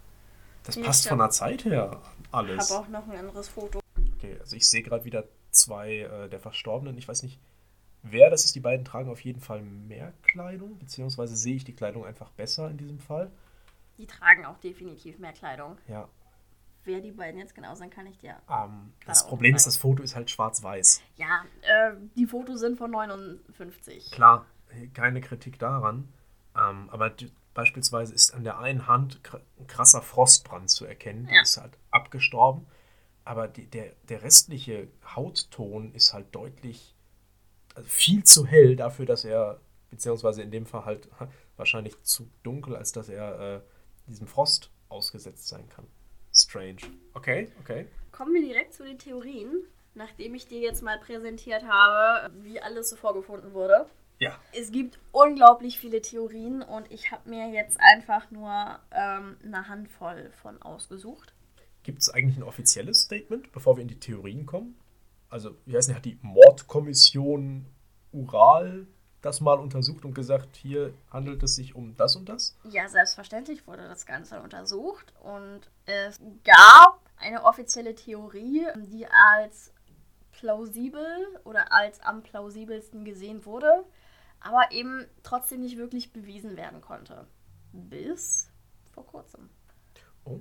das Ja, passt stimmt. von der Zeit her Ich alles. habe auch noch ein anderes Foto. Okay, also ich sehe gerade wieder zwei äh, der Verstorbenen. Ich weiß nicht, wer das ist. Die beiden tragen auf jeden Fall mehr Kleidung, beziehungsweise sehe ich die Kleidung einfach besser in diesem Fall. Die tragen auch definitiv mehr Kleidung. Ja. Wer die beiden jetzt genau sind, kann ich dir... Ähm, das Gerade Problem ist, aufzeigen. das Foto ist halt schwarz-weiß. Ja, äh, die Fotos sind von neunundfünfzig. Klar, keine Kritik daran. Ähm, aber d- beispielsweise ist an der einen Hand kr- ein krasser Frostbrand zu erkennen. Die Ja. ist halt abgestorben. Aber die, der, der restliche Hautton ist halt deutlich, also viel zu hell dafür, dass er, beziehungsweise in dem Fall halt wahrscheinlich zu dunkel, als dass er äh, diesem Frost ausgesetzt sein kann. Strange. Okay, okay. Kommen wir direkt zu den Theorien, nachdem ich dir jetzt mal präsentiert habe, wie alles so vorgefunden wurde. Ja. Es gibt unglaublich viele Theorien und ich habe mir jetzt einfach nur ähm, eine Handvoll von ausgesucht. Gibt es eigentlich ein offizielles Statement, bevor wir in die Theorien kommen? Also, wie heißt denn, hat die Mordkommission Ural das mal untersucht und gesagt, hier handelt es sich um das und das? Ja, selbstverständlich wurde das Ganze untersucht und es gab eine offizielle Theorie, die als plausibel oder als am plausibelsten gesehen wurde, aber eben trotzdem nicht wirklich bewiesen werden konnte. Bis vor kurzem. Oh.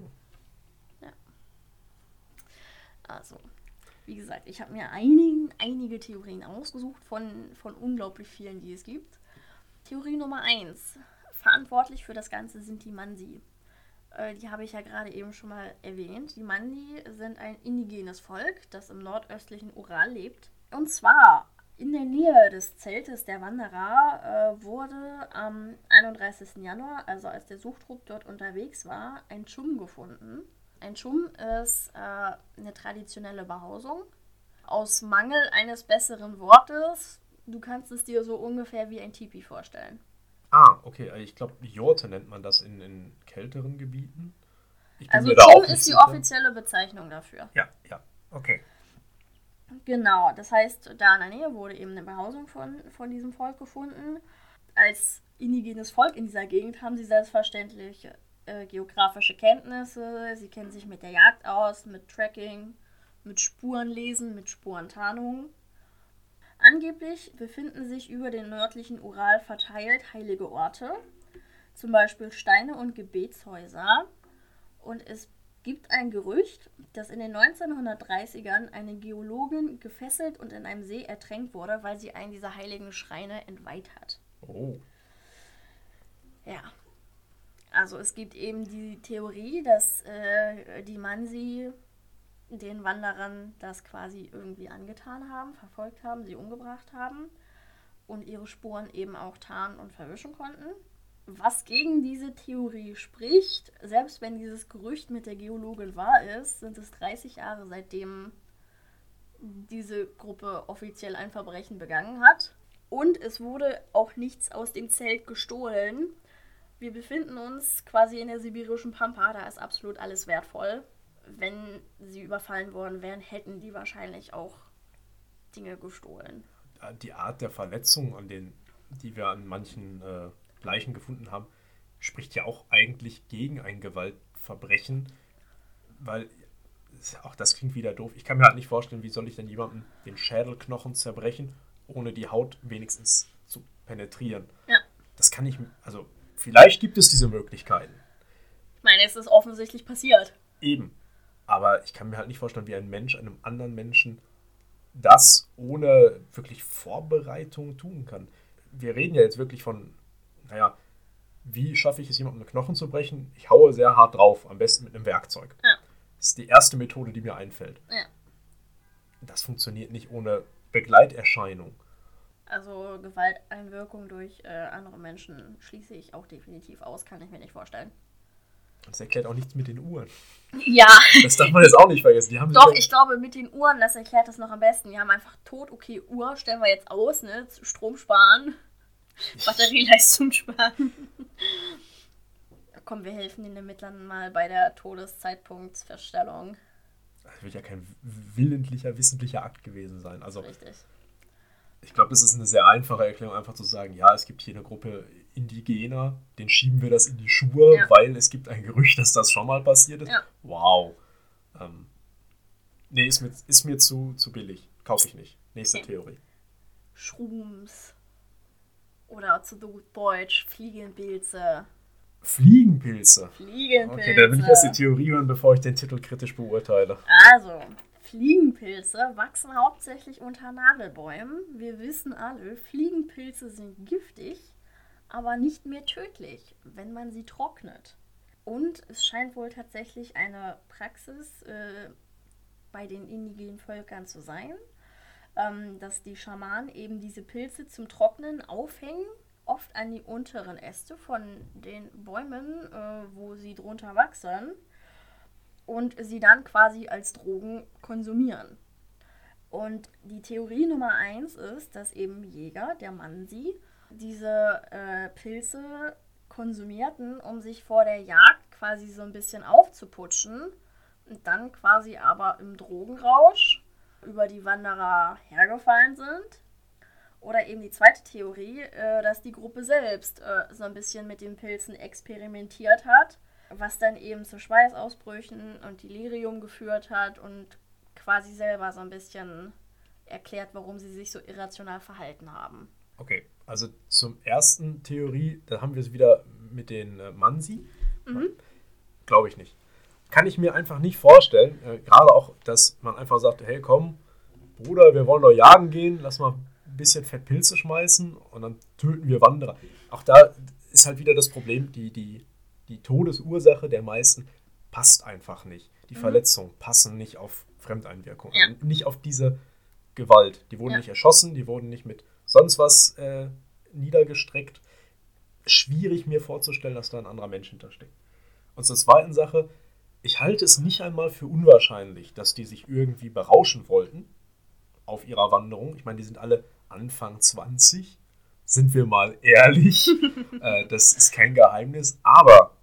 Also, wie gesagt, ich habe mir einigen, einige Theorien ausgesucht von, von unglaublich vielen, die es gibt. Theorie Nummer eins. Verantwortlich für das Ganze sind die Mansi. Äh, die habe ich ja gerade eben schon mal erwähnt. Die Mansi sind ein indigenes Volk, das im nordöstlichen Ural lebt. Und zwar in der Nähe des Zeltes der Wanderer äh, wurde am einunddreißigsten Januar, also als der Suchtrupp dort unterwegs war, ein Chum gefunden. Ein Chum ist äh, eine traditionelle Behausung. Aus Mangel eines besseren Wortes, du kannst es dir so ungefähr wie ein Tipi vorstellen. Ah, okay. Ich glaube, Jurte nennt man das in, in kälteren Gebieten. Ich bin Also mir da Chum auch nicht ist die sicher. offizielle Bezeichnung dafür. Ja, ja, okay. Genau, das heißt, da in der Nähe wurde eben eine Behausung von, von diesem Volk gefunden. Als indigenes Volk in dieser Gegend haben sie selbstverständlich äh, geografische Kenntnisse. Sie kennen sich mit der Jagd aus, mit Tracking, mit Spurenlesen, mit Spurentarnung. Angeblich befinden sich über den nördlichen Ural verteilt heilige Orte, zum Beispiel Steine und Gebetshäuser. Und es gibt ein Gerücht, dass in den neunzehnhundertdreißigern eine Geologin gefesselt und in einem See ertränkt wurde, weil sie einen dieser heiligen Schreine entweiht hat. Oh. Ja. Also es gibt eben die Theorie, dass äh, die Mansi den Wanderern das quasi irgendwie angetan haben, verfolgt haben, sie umgebracht haben und ihre Spuren eben auch tarnen und verwischen konnten. Was gegen diese Theorie spricht, selbst wenn dieses Gerücht mit der Geologin wahr ist, sind es dreißig Jahre, seitdem diese Gruppe offiziell ein Verbrechen begangen hat. Und es wurde auch nichts aus dem Zelt gestohlen. Wir befinden uns quasi in der sibirischen Pampa, da ist absolut alles wertvoll. wenn sie überfallen worden wären, hätten die wahrscheinlich auch Dinge gestohlen. Die Art der Verletzung, an den, die wir an manchen äh, Leichen gefunden haben, spricht ja auch eigentlich gegen ein Gewaltverbrechen, weil auch das klingt wieder doof. Ich kann mir halt nicht vorstellen, wie soll ich denn jemandem den Schädelknochen zerbrechen, ohne die Haut wenigstens zu penetrieren. Ja. Das kann ich, also vielleicht gibt es diese Möglichkeiten. Ich meine, es ist offensichtlich passiert. Eben. Aber ich kann mir halt nicht vorstellen, wie ein Mensch einem anderen Menschen das ohne wirklich Vorbereitung tun kann. Wir reden ja jetzt wirklich von, naja, wie schaffe ich es, jemandem einen Knochen zu brechen? Ich haue sehr hart drauf, am besten mit einem Werkzeug. Ja. Das ist die erste Methode, die mir einfällt. Ja. Das funktioniert nicht ohne Begleiterscheinung. Also Gewalteinwirkung durch äh, andere Menschen schließe ich auch definitiv aus, kann ich mir nicht vorstellen. Das erklärt auch nichts mit den Uhren. Ja. Das darf man jetzt auch nicht vergessen. Die haben Doch, ich glaube, mit den Uhren, das erklärt das noch am besten. Die haben einfach tot, okay, Uhr stellen wir jetzt aus, ne? Strom sparen, Batterieleistung sparen. Komm, wir helfen den Ermittlern mal bei der Todeszeitpunktfeststellung. Das wird ja kein willentlicher, wissentlicher Akt gewesen sein. Also, richtig. Ich glaube, es ist eine sehr einfache Erklärung, einfach zu sagen, ja, es gibt hier eine Gruppe Indigener, denen schieben wir das in die Schuhe, ja. weil es gibt ein Gerücht, dass das schon mal passiert ist. Ja. Wow. Ähm, nee, ist mir, ist mir zu, zu billig. Kaufe ich nicht. Nächste okay. Theorie. Shrooms. Oder zu Deutsch Fliegenpilze. Fliegenpilze? Fliegenpilze. Okay, da will ich erst die Theorie hören, bevor ich den Titel kritisch beurteile. Also, Fliegenpilze wachsen hauptsächlich unter Nadelbäumen. Wir wissen alle, Fliegenpilze sind giftig, aber nicht mehr tödlich, wenn man sie trocknet. Und es scheint wohl tatsächlich eine Praxis äh, bei den indigenen Völkern zu sein, ähm, dass die Schamanen eben diese Pilze zum Trocknen aufhängen, oft an die unteren Äste von den Bäumen, äh, wo sie drunter wachsen, und sie dann quasi als Drogen konsumieren. Und die Theorie Nummer eins ist, dass eben Jäger, der Mansi, diese äh, Pilze konsumierten, um sich vor der Jagd quasi so ein bisschen aufzuputschen und dann quasi aber im Drogenrausch über die Wanderer hergefallen sind. Oder eben die zweite Theorie, äh, dass die Gruppe selbst äh, so ein bisschen mit den Pilzen experimentiert hat, was dann eben zu Schweißausbrüchen und Delirium geführt hat und quasi selber so ein bisschen erklärt, warum sie sich so irrational verhalten haben. Okay, also zum ersten Theorie, da haben wir es wieder mit den äh, Mansi. Mhm. Glaube ich nicht. Kann ich mir einfach nicht vorstellen, äh, gerade auch, dass man einfach sagt, hey komm, Bruder, wir wollen doch jagen gehen, lass mal ein bisschen Fettpilze schmeißen und dann töten wir Wanderer. Auch da ist halt wieder das Problem, die, die, die Todesursache der meisten passt einfach nicht. Die mhm. Verletzungen passen nicht auf Fremdeinwirkung, ja. also nicht auf diese Gewalt. Die wurden ja. nicht erschossen, die wurden nicht mit sonst was äh, niedergestreckt. Schwierig mir vorzustellen, dass da ein anderer Mensch hintersteckt. Und zur zweiten Sache, ich halte es nicht einmal für unwahrscheinlich, dass die sich irgendwie berauschen wollten auf ihrer Wanderung. Ich meine, die sind alle Anfang zwanzig, sind wir mal ehrlich. äh, das ist kein Geheimnis, aber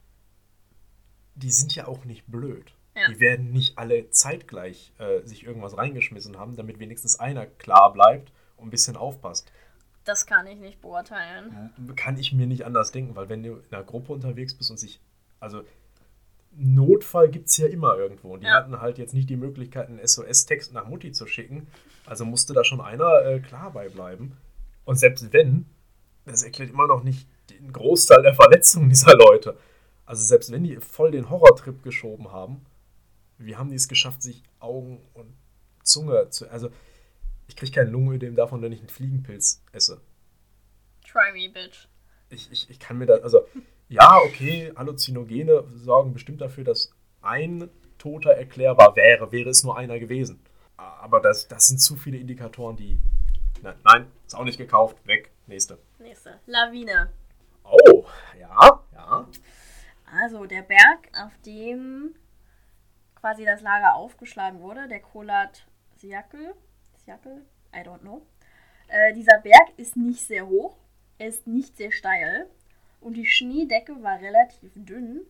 die sind ja auch nicht blöd. Ja. Die werden nicht alle zeitgleich äh, sich irgendwas reingeschmissen haben, damit wenigstens einer klar bleibt und ein bisschen aufpasst. Das kann ich nicht beurteilen. Kann ich mir nicht anders denken, weil wenn du in einer Gruppe unterwegs bist und sich, also Notfall gibt es ja immer irgendwo. Und die ja. hatten halt jetzt nicht die Möglichkeit, einen S O S-Text nach Mutti zu schicken. Also musste da schon einer äh, klar bei bleiben. Und selbst wenn, das erklärt immer noch nicht den Großteil der Verletzungen dieser Leute. Also selbst wenn die voll den Horrortrip geschoben haben, wie haben die es geschafft, sich Augen und Zunge zu... Also ich kriege kein Lungenödem davon, wenn ich einen Fliegenpilz esse. Try me, bitch. Ich, ich, ich kann mir da... Also ja, okay, Halluzinogene sorgen bestimmt dafür, dass ein Toter erklärbar wäre, wäre es nur einer gewesen. Aber das, das sind zu viele Indikatoren, die... Nein, nein, ist auch nicht gekauft, weg, nächste. Nächste, Lawine. Oh, ja, ja. Also der Berg, auf dem quasi das Lager aufgeschlagen wurde, der Kholat Syakhl, Syakhl, I don't know. Äh, dieser Berg ist nicht sehr hoch, er ist nicht sehr steil und die Schneedecke war relativ dünn,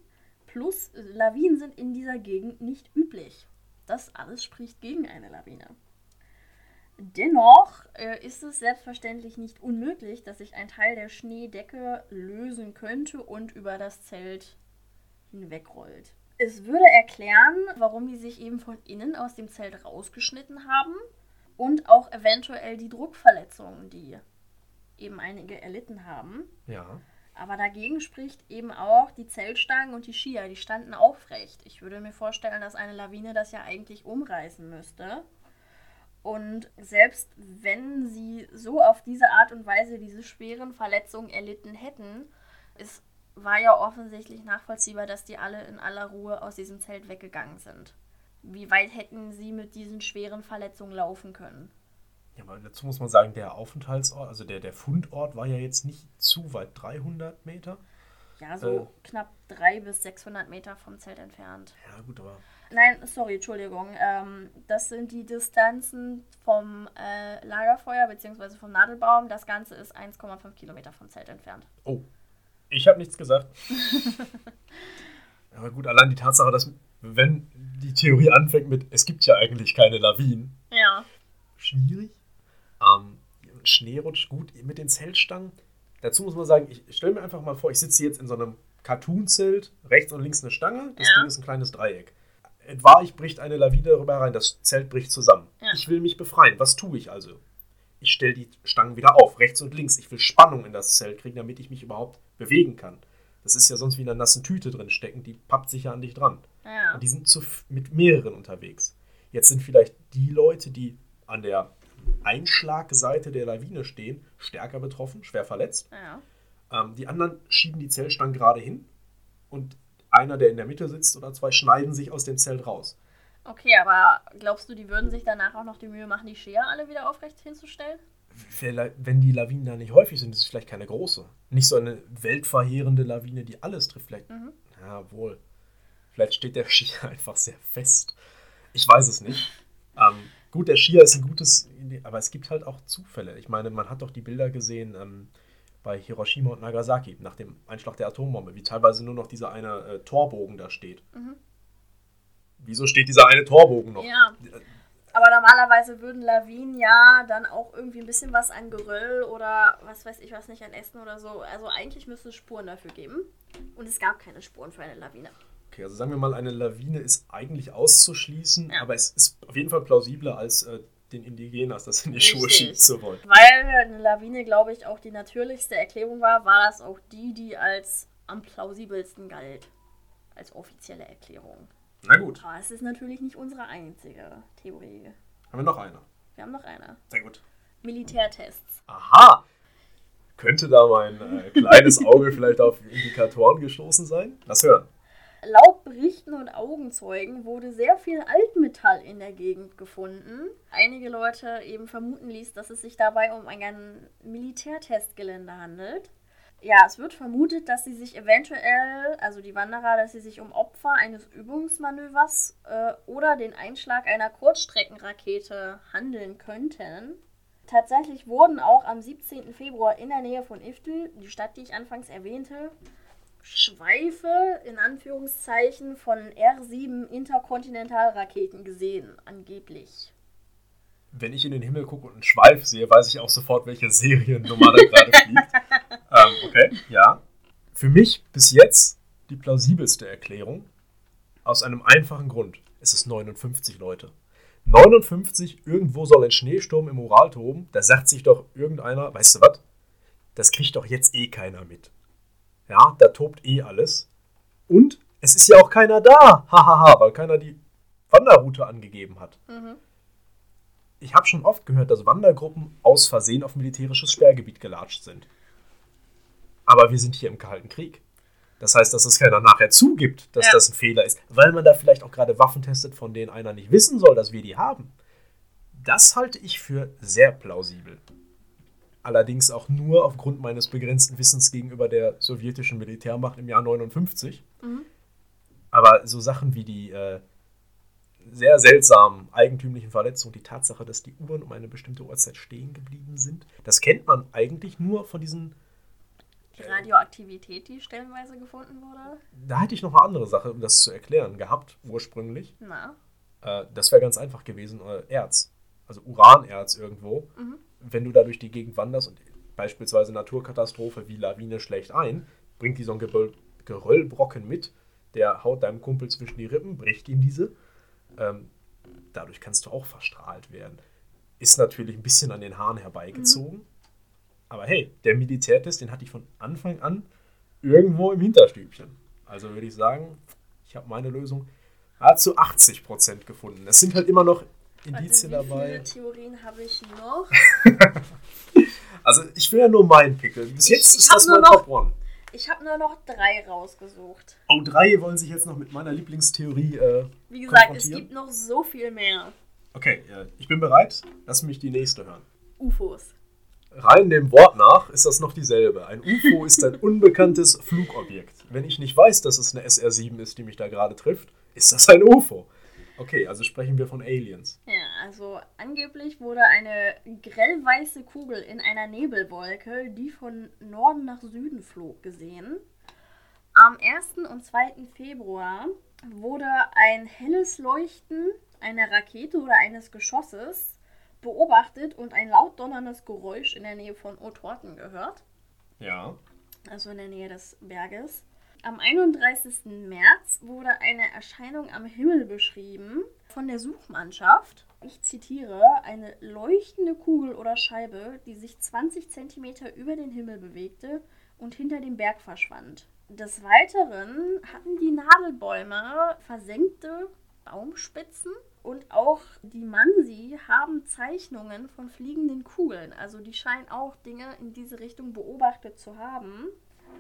Plus, Lawinen sind in dieser Gegend nicht üblich. Das alles spricht gegen eine Lawine. Dennoch äh, ist es selbstverständlich nicht unmöglich, dass sich ein Teil der Schneedecke lösen könnte und über das Zelt hinwegrollt. Es würde erklären, warum die sich eben von innen aus dem Zelt rausgeschnitten haben und auch eventuell die Druckverletzungen, die eben einige erlitten haben. Ja. Aber dagegen spricht eben auch die Zeltstangen und die Skier, die standen aufrecht. Ich würde mir vorstellen, dass eine Lawine das ja eigentlich umreißen müsste. Und selbst wenn sie so auf diese Art und Weise diese schweren Verletzungen erlitten hätten, es war ja offensichtlich nachvollziehbar, dass die alle in aller Ruhe aus diesem Zelt weggegangen sind. Wie weit hätten sie mit diesen schweren Verletzungen laufen können? Ja, aber dazu muss man sagen, der Aufenthaltsort, also der, der Fundort war ja jetzt nicht zu weit, dreihundert Meter. Ja, so äh, knapp dreihundert bis sechshundert Meter vom Zelt entfernt. Ja, gut, aber... Nein, sorry, Entschuldigung. Ähm, das sind die Distanzen vom äh, Lagerfeuer bzw. vom Nadelbaum. Das Ganze ist eins Komma fünf Kilometer vom Zelt entfernt. Oh, ich habe nichts gesagt. Aber gut, allein die Tatsache, dass, wenn die Theorie anfängt mit, es gibt ja eigentlich keine Lawinen. Ja. Schwierig. Ähm, Schneerutsch, gut, mit den Zeltstangen. Dazu muss man sagen, ich stelle mir einfach mal vor, ich sitze jetzt in so einem Cartoon-Zelt, rechts und links eine Stange, das ja. Ding ist ein kleines Dreieck. Etwa, ich bricht eine Lawine darüber herein, das Zelt bricht zusammen. Ja. Ich will mich befreien. Was tue ich also? Ich stelle die Stangen wieder auf, rechts und links. Ich will Spannung in das Zelt kriegen, damit ich mich überhaupt bewegen kann. Das ist ja sonst wie in einer nassen Tüte drin stecken, die pappt sich ja an dich dran. Ja. Und die sind zu, mit mehreren unterwegs. Jetzt sind vielleicht die Leute, die an der Einschlagseite der Lawine stehen, stärker betroffen, schwer verletzt. Ja. Ähm, die anderen schieben die Zeltstangen gerade hin und einer, der in der Mitte sitzt oder zwei, schneiden sich aus dem Zelt raus. Okay, aber glaubst du, die würden sich danach auch noch die Mühe machen, die Skier alle wieder aufrecht hinzustellen? Wenn die Lawinen da nicht häufig sind, ist es vielleicht keine große. Nicht so eine weltverheerende Lawine, die alles trifft. Vielleicht, mhm. ja wohl, vielleicht steht der Skier einfach sehr fest. Ich weiß es nicht. Ähm, gut, der Skier ist ein gutes, aber es gibt halt auch Zufälle. Ich meine, man hat doch die Bilder gesehen ähm, bei Hiroshima und Nagasaki, nach dem Einschlag der Atombombe, wie teilweise nur noch dieser eine äh, Torbogen da steht. Mhm. Wieso steht dieser eine Torbogen noch? Ja, aber normalerweise würden Lawinen ja dann auch irgendwie ein bisschen was an Geröll oder was weiß ich was nicht, an Ästen oder so. Also eigentlich müsste es Spuren dafür geben. Und es gab keine Spuren für eine Lawine. Okay, also sagen wir mal, eine Lawine ist eigentlich auszuschließen, ja. aber es ist auf jeden Fall plausibler, als äh, den Indigeners das in die Richtig. Schuhe schieben zu wollen. Weil eine Lawine, glaube ich, auch die natürlichste Erklärung war, war das auch die, die als am plausibelsten galt. Als offizielle Erklärung. Na gut. Aber es ist natürlich nicht unsere einzige Theorie. Haben wir noch eine? Wir haben noch eine. Sehr gut. Militärtests. Aha! Könnte da mein äh, kleines Auge vielleicht auf Indikatoren gestoßen sein? Lass hören. Laut Berichten und Augenzeugen wurde sehr viel Altmetall in der Gegend gefunden. Einige Leute eben vermuten ließ, dass es sich dabei um ein Militärtestgelände handelt. Ja, es wird vermutet, dass sie sich eventuell, also die Wanderer, dass sie sich um Opfer eines Übungsmanövers äh, oder den Einschlag einer Kurzstreckenrakete handeln könnten. Tatsächlich wurden auch am siebzehnten Februar in der Nähe von Iftel, die Stadt, die ich anfangs erwähnte, Schweife, in Anführungszeichen, von R sieben Interkontinentalraketen gesehen, angeblich. Wenn ich in den Himmel gucke und einen Schweif sehe, weiß ich auch sofort, welche Seriennummer da gerade fliegt. ähm, okay, ja. Für mich bis jetzt die plausibelste Erklärung aus einem einfachen Grund. Es ist neunundfünfzig, Leute. neunundfünfzig, irgendwo soll ein Schneesturm im Ural toben. Da sagt sich doch irgendeiner, weißt du was, das kriegt doch jetzt eh keiner mit. Ja, da tobt eh alles. Und es ist ja auch keiner da. Hahaha, weil keiner die Wanderroute angegeben hat. Mhm. Ich habe schon oft gehört, dass Wandergruppen aus Versehen auf militärisches Sperrgebiet gelatscht sind. Aber wir sind hier im Kalten Krieg. Das heißt, dass es keiner nachher zugibt, dass ja. das ein Fehler ist. Weil man da vielleicht auch gerade Waffen testet, von denen einer nicht wissen soll, dass wir die haben. Das halte ich für sehr plausibel. Allerdings auch nur aufgrund meines begrenzten Wissens gegenüber der sowjetischen Militärmacht im Jahr neunundfünfzig. Mhm. Aber so Sachen wie die äh, sehr seltsamen, eigentümlichen Verletzungen, die Tatsache, dass die Uhren um eine bestimmte Uhrzeit stehen geblieben sind, das kennt man eigentlich nur von diesen Die Radioaktivität, die stellenweise gefunden wurde? Da hätte ich noch eine andere Sache, um das zu erklären, gehabt, ursprünglich. Na? Äh, das wäre ganz einfach gewesen, äh, Erz. Also Uranerz irgendwo. Mhm. Wenn du da durch die Gegend wanderst und beispielsweise Naturkatastrophe wie Lawine schlägt ein, bringt die so einen Geröll, Geröllbrocken mit, der haut deinem Kumpel zwischen die Rippen, bricht ihm diese. Ähm, dadurch kannst du auch verstrahlt werden. Ist natürlich ein bisschen an den Haaren herbeigezogen. Mhm. Aber hey, der Militärtest, den hatte ich von Anfang an irgendwo im Hinterstübchen. Also würde ich sagen, ich habe meine Lösung zu achtzig Prozent gefunden. Es sind halt immer noch Indizien also wie dabei. Wie viele Theorien habe ich noch? Also ich will ja nur meinen Pickel. Bis jetzt ich ist das mein noch, Top One. Ich habe nur noch drei rausgesucht. Oh, drei wollen sich jetzt noch mit meiner Lieblingstheorie äh, Wie gesagt, es gibt noch so viel mehr. Okay, äh, ich bin bereit. Lass mich die nächste hören. U F Os. Rein dem Wort nach ist das noch dieselbe. Ein U F O ist ein unbekanntes Flugobjekt. Wenn ich nicht weiß, dass es eine S R sieben ist, die mich da gerade trifft, ist das ein U F O. Okay, also sprechen wir von Aliens. Ja, also angeblich wurde eine grellweiße Kugel in einer Nebelwolke, die von Norden nach Süden flog, gesehen. Am ersten und zweiten Februar wurde ein helles Leuchten einer Rakete oder eines Geschosses beobachtet und ein laut donnerndes Geräusch in der Nähe von Otorten gehört. Ja. Also in der Nähe des Berges. Am einunddreißigsten März wurde eine Erscheinung am Himmel beschrieben von der Suchmannschaft. Ich zitiere, eine leuchtende Kugel oder Scheibe, die sich zwanzig Zentimeter über den Himmel bewegte und hinter dem Berg verschwand. Des Weiteren hatten die Nadelbäume versenkte Baumspitzen und auch die Mansi haben Zeichnungen von fliegenden Kugeln. Also die scheinen auch Dinge in diese Richtung beobachtet zu haben.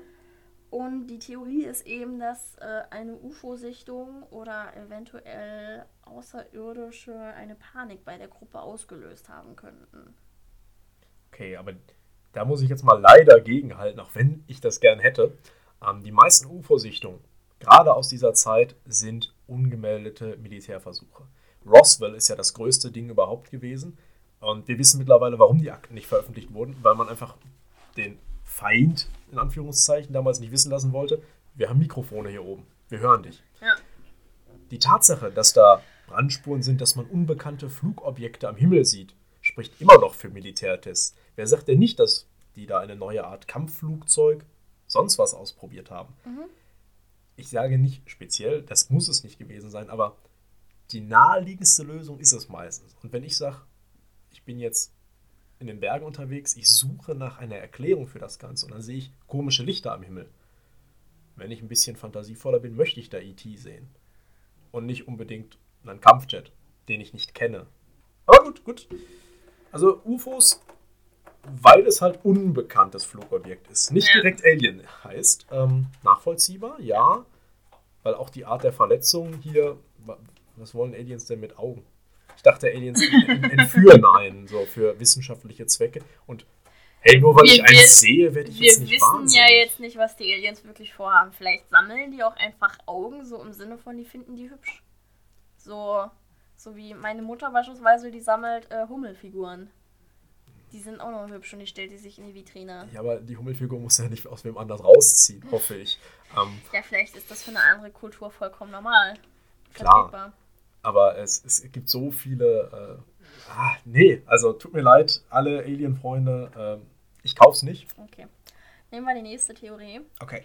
Und die Theorie ist eben, dass äh, eine U F O-Sichtung oder eventuell Außerirdische eine Panik bei der Gruppe ausgelöst haben könnten. Okay, aber da muss ich jetzt mal leider gegenhalten, auch wenn ich das gern hätte. Ähm, die meisten U F O-Sichtungen, gerade aus dieser Zeit, sind ungemeldete Militärversuche. Roswell ist ja das größte Ding überhaupt gewesen. Und wir wissen mittlerweile, warum die Akten nicht veröffentlicht wurden, weil man einfach den Feind, in Anführungszeichen, damals nicht wissen lassen wollte, wir haben Mikrofone hier oben, wir hören dich. Ja. Die Tatsache, dass da Brandspuren sind, dass man unbekannte Flugobjekte am Himmel sieht, spricht immer noch für Militärtests. Wer sagt denn nicht, dass die da eine neue Art Kampfflugzeug, sonst was ausprobiert haben? Mhm. Ich sage nicht speziell, das muss es nicht gewesen sein, aber die naheliegendste Lösung ist es meistens. Und wenn ich sage, ich bin jetzt in den Bergen unterwegs, ich suche nach einer Erklärung für das Ganze und dann sehe ich komische Lichter am Himmel. Wenn ich ein bisschen fantasievoller bin, möchte ich da E T sehen. Und nicht unbedingt einen Kampfjet, den ich nicht kenne. Aber gut, gut. Also U F Os, weil es halt unbekanntes Flugobjekt ist, nicht ja. direkt Alien heißt, ähm, nachvollziehbar, ja, weil auch die Art der Verletzung hier, was wollen Aliens denn mit Augen? Ich dachte, Aliens entführen einen, so für wissenschaftliche Zwecke. Und hey, nur weil wir, ich einen wir, sehe, werde ich jetzt nicht wahnsinnig. Wir wissen ja jetzt nicht, was die Aliens wirklich vorhaben. Vielleicht sammeln die auch einfach Augen, so im Sinne von, die finden die hübsch. So, so wie meine Mutter beispielsweise, die sammelt äh, Hummelfiguren. Die sind auch noch hübsch und die stellt die sich in die Vitrine. Ja, aber die Hummelfigur muss ja nicht aus wem anders rausziehen, hoffe ich. Ähm, ja, vielleicht ist das für eine andere Kultur vollkommen normal. Klar. Vertretbar. Aber es, es gibt so viele... Äh, ah, nee, also tut mir leid, alle Alien-Freunde, äh, ich kauf's nicht. Okay. Nehmen wir die nächste Theorie. Okay.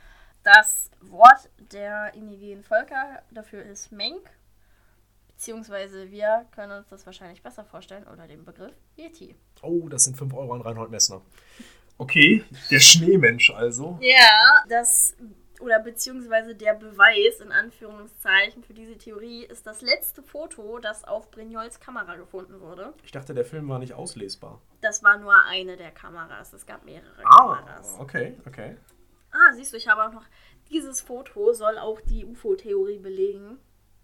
Das Wort der indigenen Völker dafür ist Menk. Beziehungsweise wir können uns das wahrscheinlich besser vorstellen, oder den Begriff Yeti. Oh, das sind fünf Euro an Reinhold Messner. Okay, der Schneemensch also. Ja, das... oder beziehungsweise der Beweis, in Anführungszeichen, für diese Theorie ist das letzte Foto, das auf Brignols Kamera gefunden wurde. Ich dachte, der Film war nicht auslesbar. Das war nur eine der Kameras. Es gab mehrere ah, Kameras. Ah, okay, okay. Ah, siehst du, ich habe auch noch... Dieses Foto soll auch die U F O-Theorie belegen.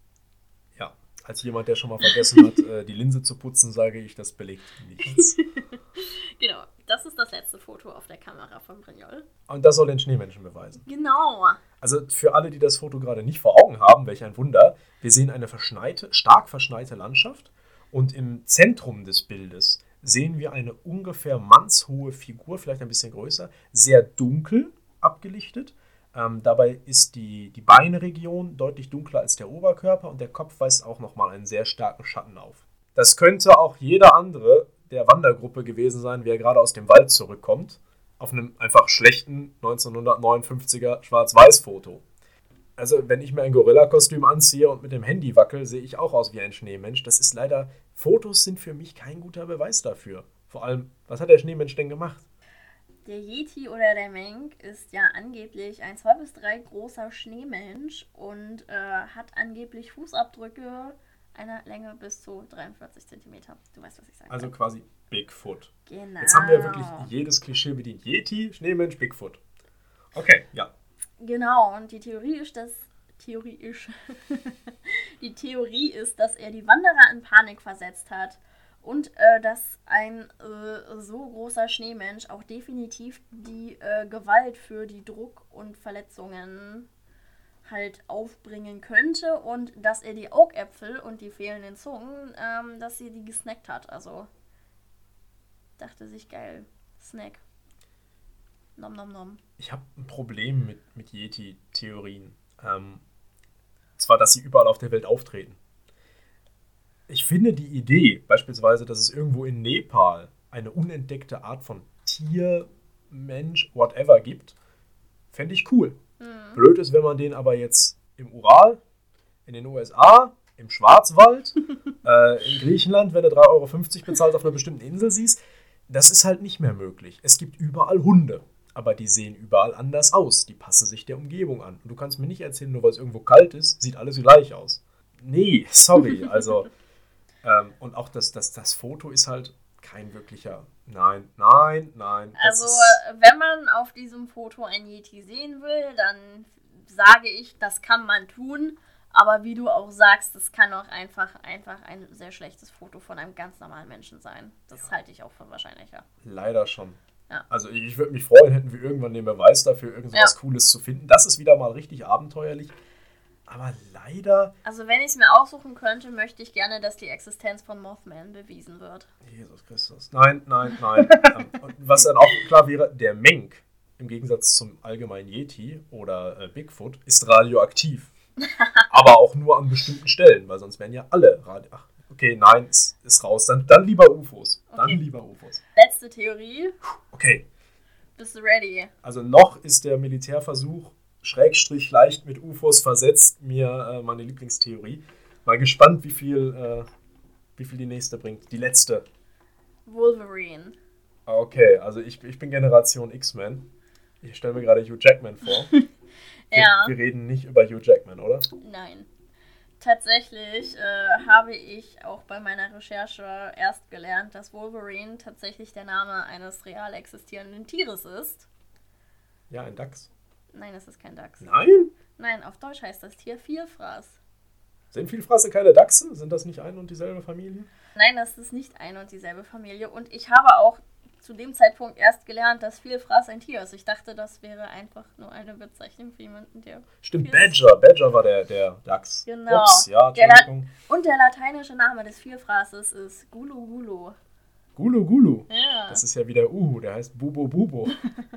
Ja, als jemand, der schon mal vergessen hat, die Linse zu putzen, sage ich, das belegt nichts. Genau. Das ist das letzte Foto auf der Kamera von Brignol. Und das soll den Schneemenschen beweisen. Genau. Also für alle, die das Foto gerade nicht vor Augen haben, welch ein Wunder, wir sehen eine verschneite, stark verschneite Landschaft und im Zentrum des Bildes sehen wir eine ungefähr mannshohe Figur, vielleicht ein bisschen größer, sehr dunkel abgelichtet. Ähm, dabei ist die, die Beinregion deutlich dunkler als der Oberkörper und der Kopf weist auch nochmal einen sehr starken Schatten auf. Das könnte auch jeder andere der Wandergruppe gewesen sein, wie er gerade aus dem Wald zurückkommt, auf einem einfach schlechten neunzehnhundertneunundfünfziger Schwarz-Weiß-Foto. Also wenn ich mir ein Gorilla-Kostüm anziehe und mit dem Handy wackel, sehe ich auch aus wie ein Schneemensch. Das ist leider, Fotos sind für mich kein guter Beweis dafür. Vor allem, was hat der Schneemensch denn gemacht? Der Yeti oder der Menk ist ja angeblich ein zwei bis drei großer Schneemensch und äh, hat angeblich Fußabdrücke einer Länge bis zu dreiundvierzig Zentimeter. Du weißt, was ich sage. Also quasi Bigfoot. Genau. Jetzt haben wir wirklich jedes Klischee bedient. Yeti, Schneemensch, Bigfoot. Okay, ja. Genau, und die Theorie ist, dass Theorie ist die Theorie ist, dass er die Wanderer in Panik versetzt hat und äh, dass ein äh, so großer Schneemensch auch definitiv die äh, Gewalt für die Druck- und Verletzungen halt aufbringen könnte und dass er die Augäpfel und die fehlenden Zungen, ähm, dass sie die gesnackt hat. Also dachte sich, geil, Snack. Nom nom nom. Ich habe ein Problem mit, mit Yeti-Theorien. Ähm, zwar, dass sie überall auf der Welt auftreten. Ich finde die Idee, beispielsweise, dass es irgendwo in Nepal eine unentdeckte Art von Tier, Mensch, whatever gibt, fände ich cool. Mhm. Blöd ist, wenn man den aber jetzt im Ural, in den U S A, im Schwarzwald, äh, in Griechenland, wenn du drei Euro fünfzig bezahlst, auf einer bestimmten Insel siehst, das ist halt nicht mehr möglich. Es gibt überall Hunde, aber die sehen überall anders aus. Die passen sich der Umgebung an. Und du kannst mir nicht erzählen, nur weil es irgendwo kalt ist, sieht alles gleich aus. Nee, sorry. Also, ähm, und auch das, das, das Foto ist halt kein wirklicher... Nein, nein, nein. Also, wenn man auf diesem Foto ein Yeti sehen will, dann sage ich, das kann man tun. Aber wie du auch sagst, das kann auch einfach, einfach ein sehr schlechtes Foto von einem ganz normalen Menschen sein. Das ja. halte ich auch für wahrscheinlicher. Leider schon. Ja. Also ich würde mich freuen, hätten wir irgendwann den Beweis dafür, irgendwas ja. Cooles zu finden. Das ist wieder mal richtig abenteuerlich. Aber leider... Also wenn ich es mir aussuchen könnte, möchte ich gerne, dass die Existenz von Mothman bewiesen wird. Jesus Christus. Nein, nein, nein. Und was dann auch klar wäre, der Menk, im Gegensatz zum allgemeinen Yeti oder äh, Bigfoot, ist radioaktiv. Aber auch nur an bestimmten Stellen, weil sonst wären ja alle Radio... Ach, okay, nein, ist, ist raus. Dann, dann lieber U F Os. Dann okay. lieber U F Os. Letzte Theorie. Okay. Bist du ready? Also noch ist der Militärversuch Schrägstrich leicht mit U F Os versetzt mir äh, meine Lieblingstheorie. Mal gespannt, wie viel, äh, wie viel die nächste bringt. Die letzte. Wolverine. Okay, also ich, ich bin Generation X-Men. Ich stelle mir gerade Hugh Jackman vor. Wir, ja. wir reden nicht über Hugh Jackman, oder? Nein. Tatsächlich äh, habe ich auch bei meiner Recherche erst gelernt, dass Wolverine tatsächlich der Name eines real existierenden Tieres ist. Ja, ein Dachs. Nein, es ist kein Dachs. Nein? Nein, auf Deutsch heißt das Tier Vielfraß. Sind Vielfraße keine Dachse? Sind das nicht ein und dieselbe Familie? Nein, das ist nicht ein und dieselbe Familie. Und ich habe auch zu dem Zeitpunkt erst gelernt, dass Vielfraß ein Tier ist. Ich dachte, das wäre einfach nur eine Bezeichnung für jemanden, der... Stimmt, Badger. Badger war der, der Dachs. Genau. Ups, ja, der La- und der lateinische Name des Vielfraßes ist Gulu Gulu. Gulu Gulu? Ja. Das ist ja wieder Uhu, der heißt Bubo Bubo.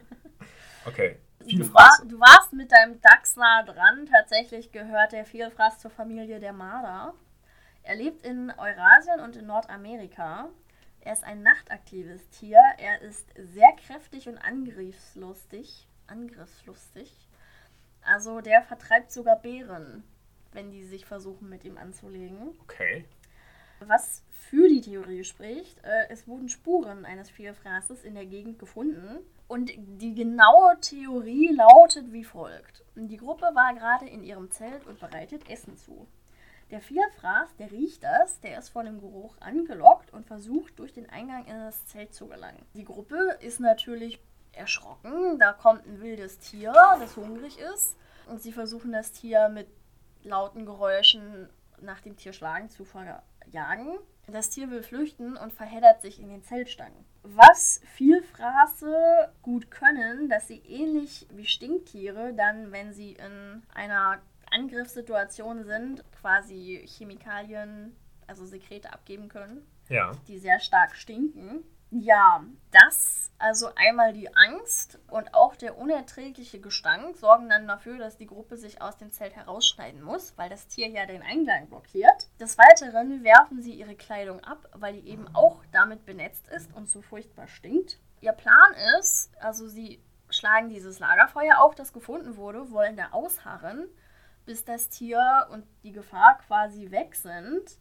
Okay, Du, war, du warst mit deinem Dachs nah dran. Tatsächlich gehört der Vielfraß zur Familie der Marder. Er lebt in Eurasien und in Nordamerika. Er ist ein nachtaktives Tier. Er ist sehr kräftig und angriffslustig. Angriffslustig. Also der vertreibt sogar Bären, wenn die sich versuchen, mit ihm anzulegen. Okay. Was für die Theorie spricht, äh, es wurden Spuren eines Vielfraßes in der Gegend gefunden. Und die genaue Theorie lautet wie folgt. Die Gruppe war gerade in ihrem Zelt und bereitet Essen zu. Der Vielfraß, der riecht das, der ist von dem Geruch angelockt und versucht, durch den Eingang in das Zelt zu gelangen. Die Gruppe ist natürlich erschrocken, da kommt ein wildes Tier, das hungrig ist. Und sie versuchen das Tier mit lauten Geräuschen nach dem Tier schlagen zu verjagen. Das Tier will flüchten und verheddert sich in den Zeltstangen. Was Vielfraße gut können, dass sie ähnlich wie Stinktiere dann, wenn sie in einer Angriffssituation sind, quasi Chemikalien, also Sekrete abgeben können. Ja. die sehr stark stinken. Ja, das, also einmal die Angst und auch der unerträgliche Gestank sorgen dann dafür, dass die Gruppe sich aus dem Zelt herausschneiden muss, weil das Tier ja den Eingang blockiert. Des Weiteren werfen sie ihre Kleidung ab, weil die eben auch damit benetzt ist und so furchtbar stinkt. Ihr Plan ist, also sie schlagen dieses Lagerfeuer auf, das gefunden wurde, wollen da ausharren, bis das Tier und die Gefahr quasi weg sind.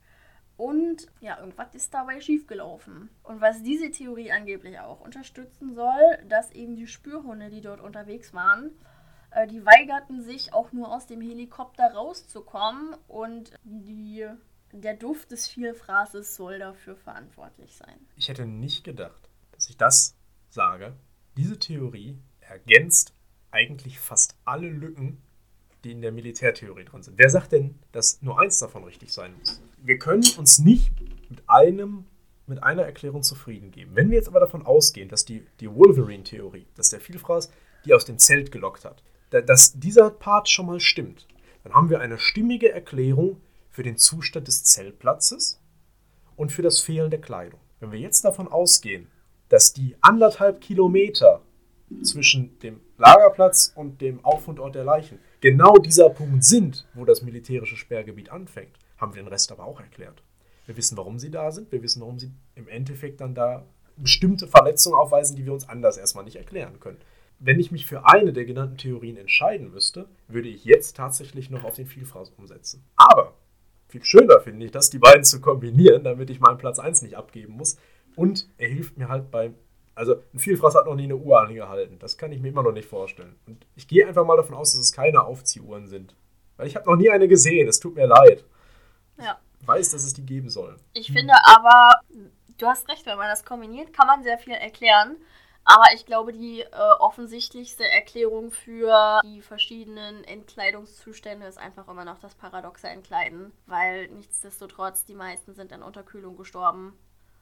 Und ja, irgendwas ist dabei schiefgelaufen. Und was diese Theorie angeblich auch unterstützen soll, dass eben die Spürhunde, die dort unterwegs waren, äh, die weigerten sich auch nur aus dem Helikopter rauszukommen und die, der Duft des Vielfraßes soll dafür verantwortlich sein. Ich hätte nicht gedacht, dass ich das sage. Diese Theorie ergänzt eigentlich fast alle Lücken, die in der Militärtheorie drin sind. Wer sagt denn, dass nur eins davon richtig sein muss? Wir können uns nicht mit einem, mit einer Erklärung zufrieden geben. Wenn wir jetzt aber davon ausgehen, dass die, die Wolverine-Theorie, dass der Vielfraß die aus dem Zelt gelockt hat, dass dieser Part schon mal stimmt, dann haben wir eine stimmige Erklärung für den Zustand des Zeltplatzes und für das Fehlen der Kleidung. Wenn wir jetzt davon ausgehen, dass die anderthalb Kilometer zwischen dem Lagerplatz und dem Auffundort der Leichen genau dieser Punkt sind, wo das militärische Sperrgebiet anfängt, haben wir den Rest aber auch erklärt. Wir wissen, warum sie da sind, wir wissen, warum sie im Endeffekt dann da bestimmte Verletzungen aufweisen, die wir uns anders erstmal nicht erklären können. Wenn ich mich für eine der genannten Theorien entscheiden müsste, würde ich jetzt tatsächlich noch auf den Vielfraß umsetzen. Aber viel schöner finde ich, das die beiden zu kombinieren, damit ich meinen Platz eins nicht abgeben muss. Und er hilft mir halt beim, also ein Vielfraß hat noch nie eine Uhr angehalten. Das kann ich mir immer noch nicht vorstellen. Und ich gehe einfach mal davon aus, dass es keine Aufziehuhren sind. Weil ich habe noch nie eine gesehen, es tut mir leid. Ja. Ich weiß, dass es die geben soll. Ich finde aber, du hast recht, wenn man das kombiniert, kann man sehr viel erklären. Aber ich glaube, die äh, offensichtlichste Erklärung für die verschiedenen Entkleidungszustände ist einfach immer noch das paradoxe Entkleiden. Weil nichtsdestotrotz, die meisten sind an Unterkühlung gestorben.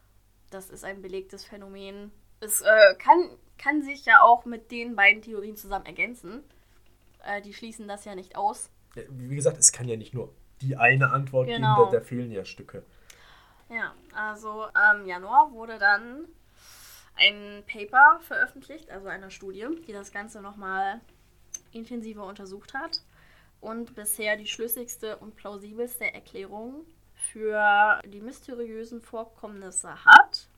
Das ist ein belegtes Phänomen. Es äh, kann, kann sich ja auch mit den beiden Theorien zusammen ergänzen. Äh, die schließen das ja nicht aus. Ja, wie gesagt, es kann ja nicht nur die eine Antwort Genau. geben, da, da fehlen ja Stücke. Ja, also im Januar wurde dann ein Paper veröffentlicht, also eine Studie, die das Ganze nochmal intensiver untersucht hat und bisher die schlüssigste und plausibelste Erklärung für die mysteriösen Vorkommnisse hat.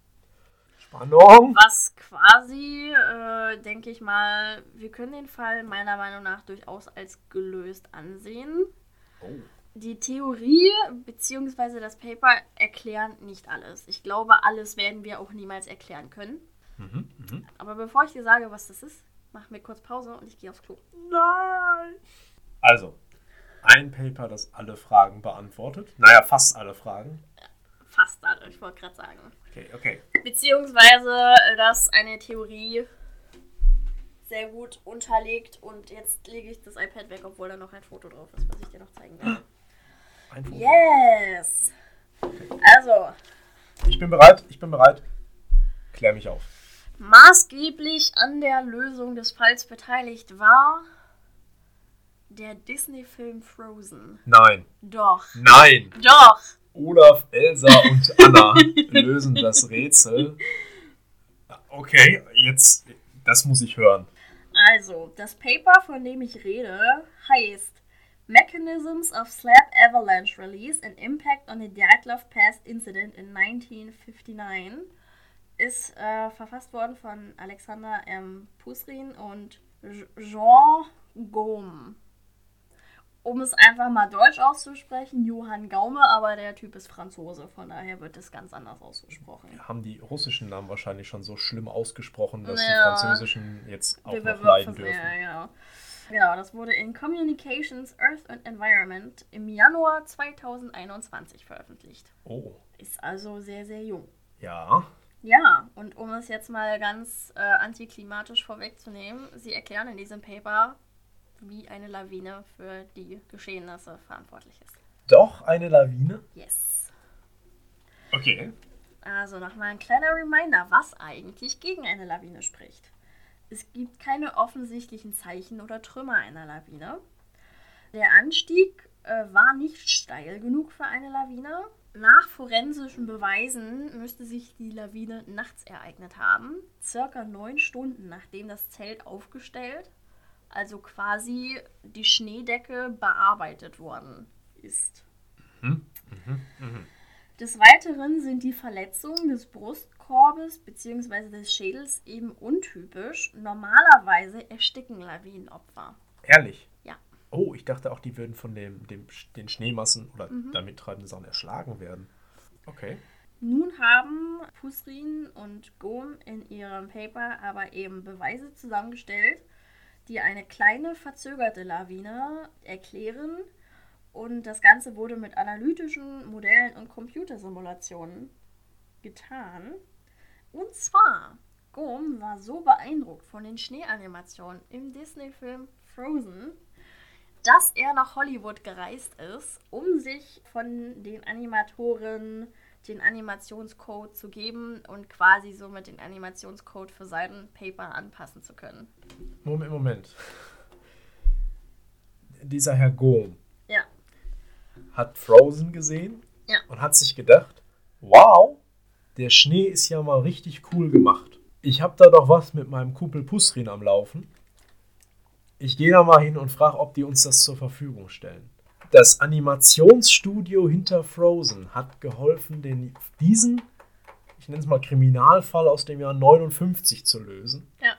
Spannung! Was quasi, äh, denke ich mal, wir können den Fall meiner Meinung nach durchaus als gelöst ansehen. Oh. Die Theorie bzw. das Paper erklären nicht alles. Ich glaube, alles werden wir auch niemals erklären können. Mhm, mh. Aber bevor ich dir sage, was das ist, mach mir kurz Pause und ich gehe aufs Klo. Nein! Also, ein Paper, das alle Fragen beantwortet. Naja, fast alle Fragen. Fast alle, ich wollte gerade sagen. Okay, okay. Beziehungsweise, das eine Theorie sehr gut unterlegt und jetzt lege ich das iPad weg, obwohl da noch ein Foto drauf ist, was ich dir noch zeigen werde. Ein Foto. Yes! Also, Ich bin bereit, ich bin bereit. Klär mich auf. maßgeblich an der Lösung des Falls beteiligt war der Disney-Film Frozen. Nein. Doch. Nein! Doch! Olaf, Elsa und Anna lösen das Rätsel. Okay, jetzt, das muss ich hören. Also, das Paper, von dem ich rede, heißt Mechanisms of Slab Avalanche Release and Impact on the Dyatlov Pass Incident in nineteen fifty-nine. Ist äh, verfasst worden von Alexander M. Pusrin und Jean Gaume. Um es einfach mal deutsch auszusprechen, Johann Gaume, aber der Typ ist Franzose, von daher wird es ganz anders ausgesprochen. Wir haben die russischen Namen wahrscheinlich schon so schlimm ausgesprochen, dass Ja. die französischen jetzt auch Wir- noch wir- leiden wir- dürfen. Ja, genau. Genau, das wurde in Communications, Earth and Environment im Januar zweitausendeinundzwanzig veröffentlicht. Oh, Ist also sehr, sehr jung. ja. Ja, und um es jetzt mal ganz äh, antiklimatisch vorwegzunehmen, sie erklären in diesem Paper, wie eine Lawine für die Geschehnisse verantwortlich ist. Doch eine Lawine? Yes. Okay. Also nochmal ein kleiner Reminder, was eigentlich gegen eine Lawine spricht. Es gibt keine offensichtlichen Zeichen oder Trümmer einer Lawine. Der Anstieg äh, war nicht steil genug für eine Lawine. Nach forensischen Beweisen müsste sich die Lawine nachts ereignet haben, circa neun Stunden nachdem das Zelt aufgestellt, also quasi die Schneedecke bearbeitet worden ist. Mhm. Mhm. Mhm. Des Weiteren sind die Verletzungen des Brustkorbes bzw. des Schädels eben untypisch. Normalerweise ersticken Lawinenopfer. Ehrlich? Ja. Oh, ich dachte auch, die würden von dem, dem, den Schneemassen oder Mhm. damit treibenden Sachen erschlagen werden. Okay. Nun haben Pusrin und Gom in ihrem Paper aber eben Beweise zusammengestellt, die eine kleine verzögerte Lawine erklären. Und das Ganze wurde mit analytischen Modellen und Computersimulationen getan. Und zwar, Gom war so beeindruckt von den Schneeanimationen im Disney-Film Frozen, dass er nach Hollywood gereist ist, um sich von den Animatoren den Animationscode zu geben und quasi somit den Animationscode für seinen Paper anpassen zu können. Moment, Moment. Dieser Herr Gom Ja. hat Frozen gesehen Ja. und hat sich gedacht, wow, der Schnee ist ja mal richtig cool gemacht. Ich habe da doch was mit meinem Kumpel Pusrin am Laufen. Ich gehe da mal hin und frage, ob die uns das zur Verfügung stellen. Das Animationsstudio hinter Frozen hat geholfen, den, diesen, ich nenne es mal Kriminalfall aus dem Jahr neunundfünfzig zu lösen. Ja.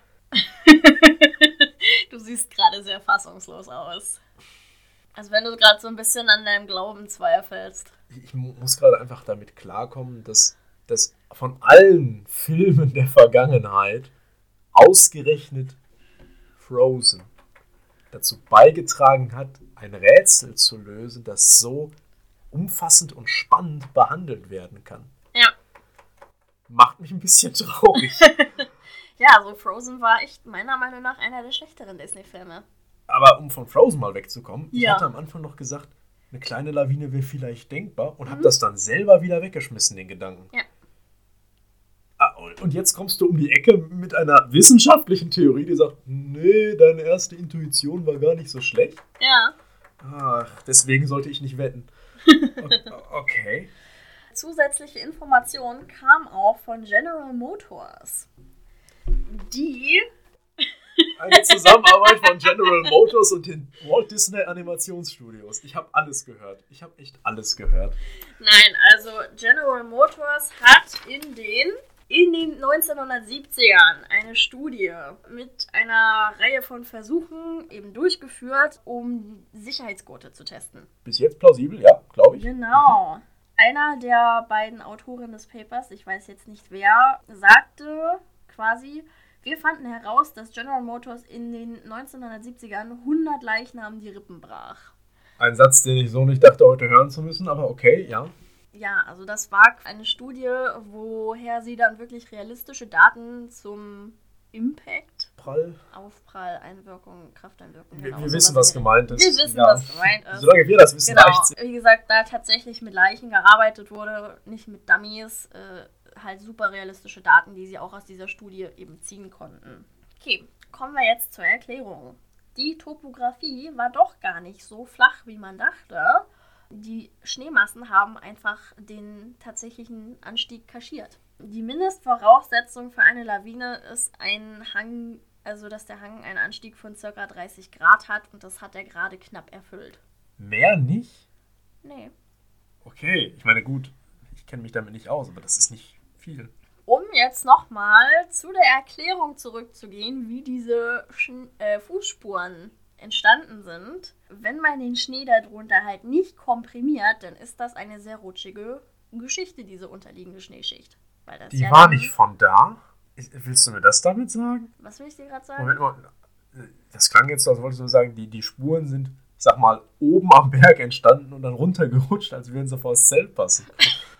Du siehst gerade sehr fassungslos aus. Also wenn du gerade so ein bisschen an deinem Glauben zweifelst. Ich muss gerade einfach damit klarkommen, dass, dass von allen Filmen der Vergangenheit ausgerechnet Frozen dazu beigetragen hat, ein Rätsel zu lösen, das so umfassend und spannend behandelt werden kann. Ja. Macht mich ein bisschen traurig. Ja, also Frozen war echt meiner Meinung nach einer der schlechteren Disney-Filme. Aber um von Frozen mal wegzukommen, ich Ja. hatte am Anfang noch gesagt, eine kleine Lawine wäre vielleicht denkbar und Mhm. habe das dann selber wieder weggeschmissen, den Gedanken. Ja. Ah, und jetzt kommst du um die Ecke mit einer wissenschaftlichen Theorie, die sagt, nee, deine erste Intuition war gar nicht so schlecht. Ja. Ach, deswegen sollte ich nicht wetten. Okay. Zusätzliche Informationen kamen auch von General Motors. Die, Eine Zusammenarbeit von General Motors und den Walt Disney Animationsstudios. Ich habe alles gehört. Ich habe echt alles gehört. nein, also General Motors hat in den, in den neunzehnhundertsiebzigern eine Studie mit einer Reihe von Versuchen eben durchgeführt, um Sicherheitsgurte zu testen. Bis jetzt plausibel, ja, glaube ich. Genau. Einer der beiden Autoren des Papers, ich weiß jetzt nicht wer, sagte quasi, wir fanden heraus, dass General Motors in den neunzehnhundertsiebzigern hundert Leichnamen die Rippen brach. Ein Satz, den ich so nicht dachte, heute hören zu müssen, aber okay, ja. Ja, also das war eine Studie, woher sie dann wirklich realistische Daten zum Impact, Prall. Aufprall, Einwirkung, Krafteinwirkung. Wir, genau, wir wissen, sowas was in der- gemeint ist. Wir wissen, ja. was gemeint ist. Solange wir das wissen, Genau, reicht's. wie gesagt, da tatsächlich mit Leichen gearbeitet wurde, nicht mit Dummies, äh, halt super realistische Daten, die sie auch aus dieser Studie eben ziehen konnten. Okay, kommen wir jetzt zur Erklärung. Die Topografie war doch gar nicht so flach, wie man dachte. Die Schneemassen haben einfach den tatsächlichen Anstieg kaschiert. Die Mindestvoraussetzung für eine Lawine ist ein Hang, also dass der Hang einen Anstieg von ca. dreißig Grad hat und das hat er gerade knapp erfüllt. Mehr nicht? Nee. Okay, ich meine, gut, ich kenne mich damit nicht aus, aber das ist nicht viel. Um jetzt nochmal zu der Erklärung zurückzugehen, wie diese Sch- äh, Fußspuren entstanden sind. Wenn man den Schnee darunter halt nicht komprimiert, dann ist das eine sehr rutschige Geschichte, diese unterliegende Schneeschicht. Weil das Die ja war dann, nicht von da? Ist- Willst du mir das damit sagen? Was will ich dir gerade sagen? Moment mal, das klang jetzt so, als wolltest du sagen, die, die Spuren sind, ich sag mal, oben am Berg entstanden und dann runtergerutscht, als würden sie vor das Zelt passen.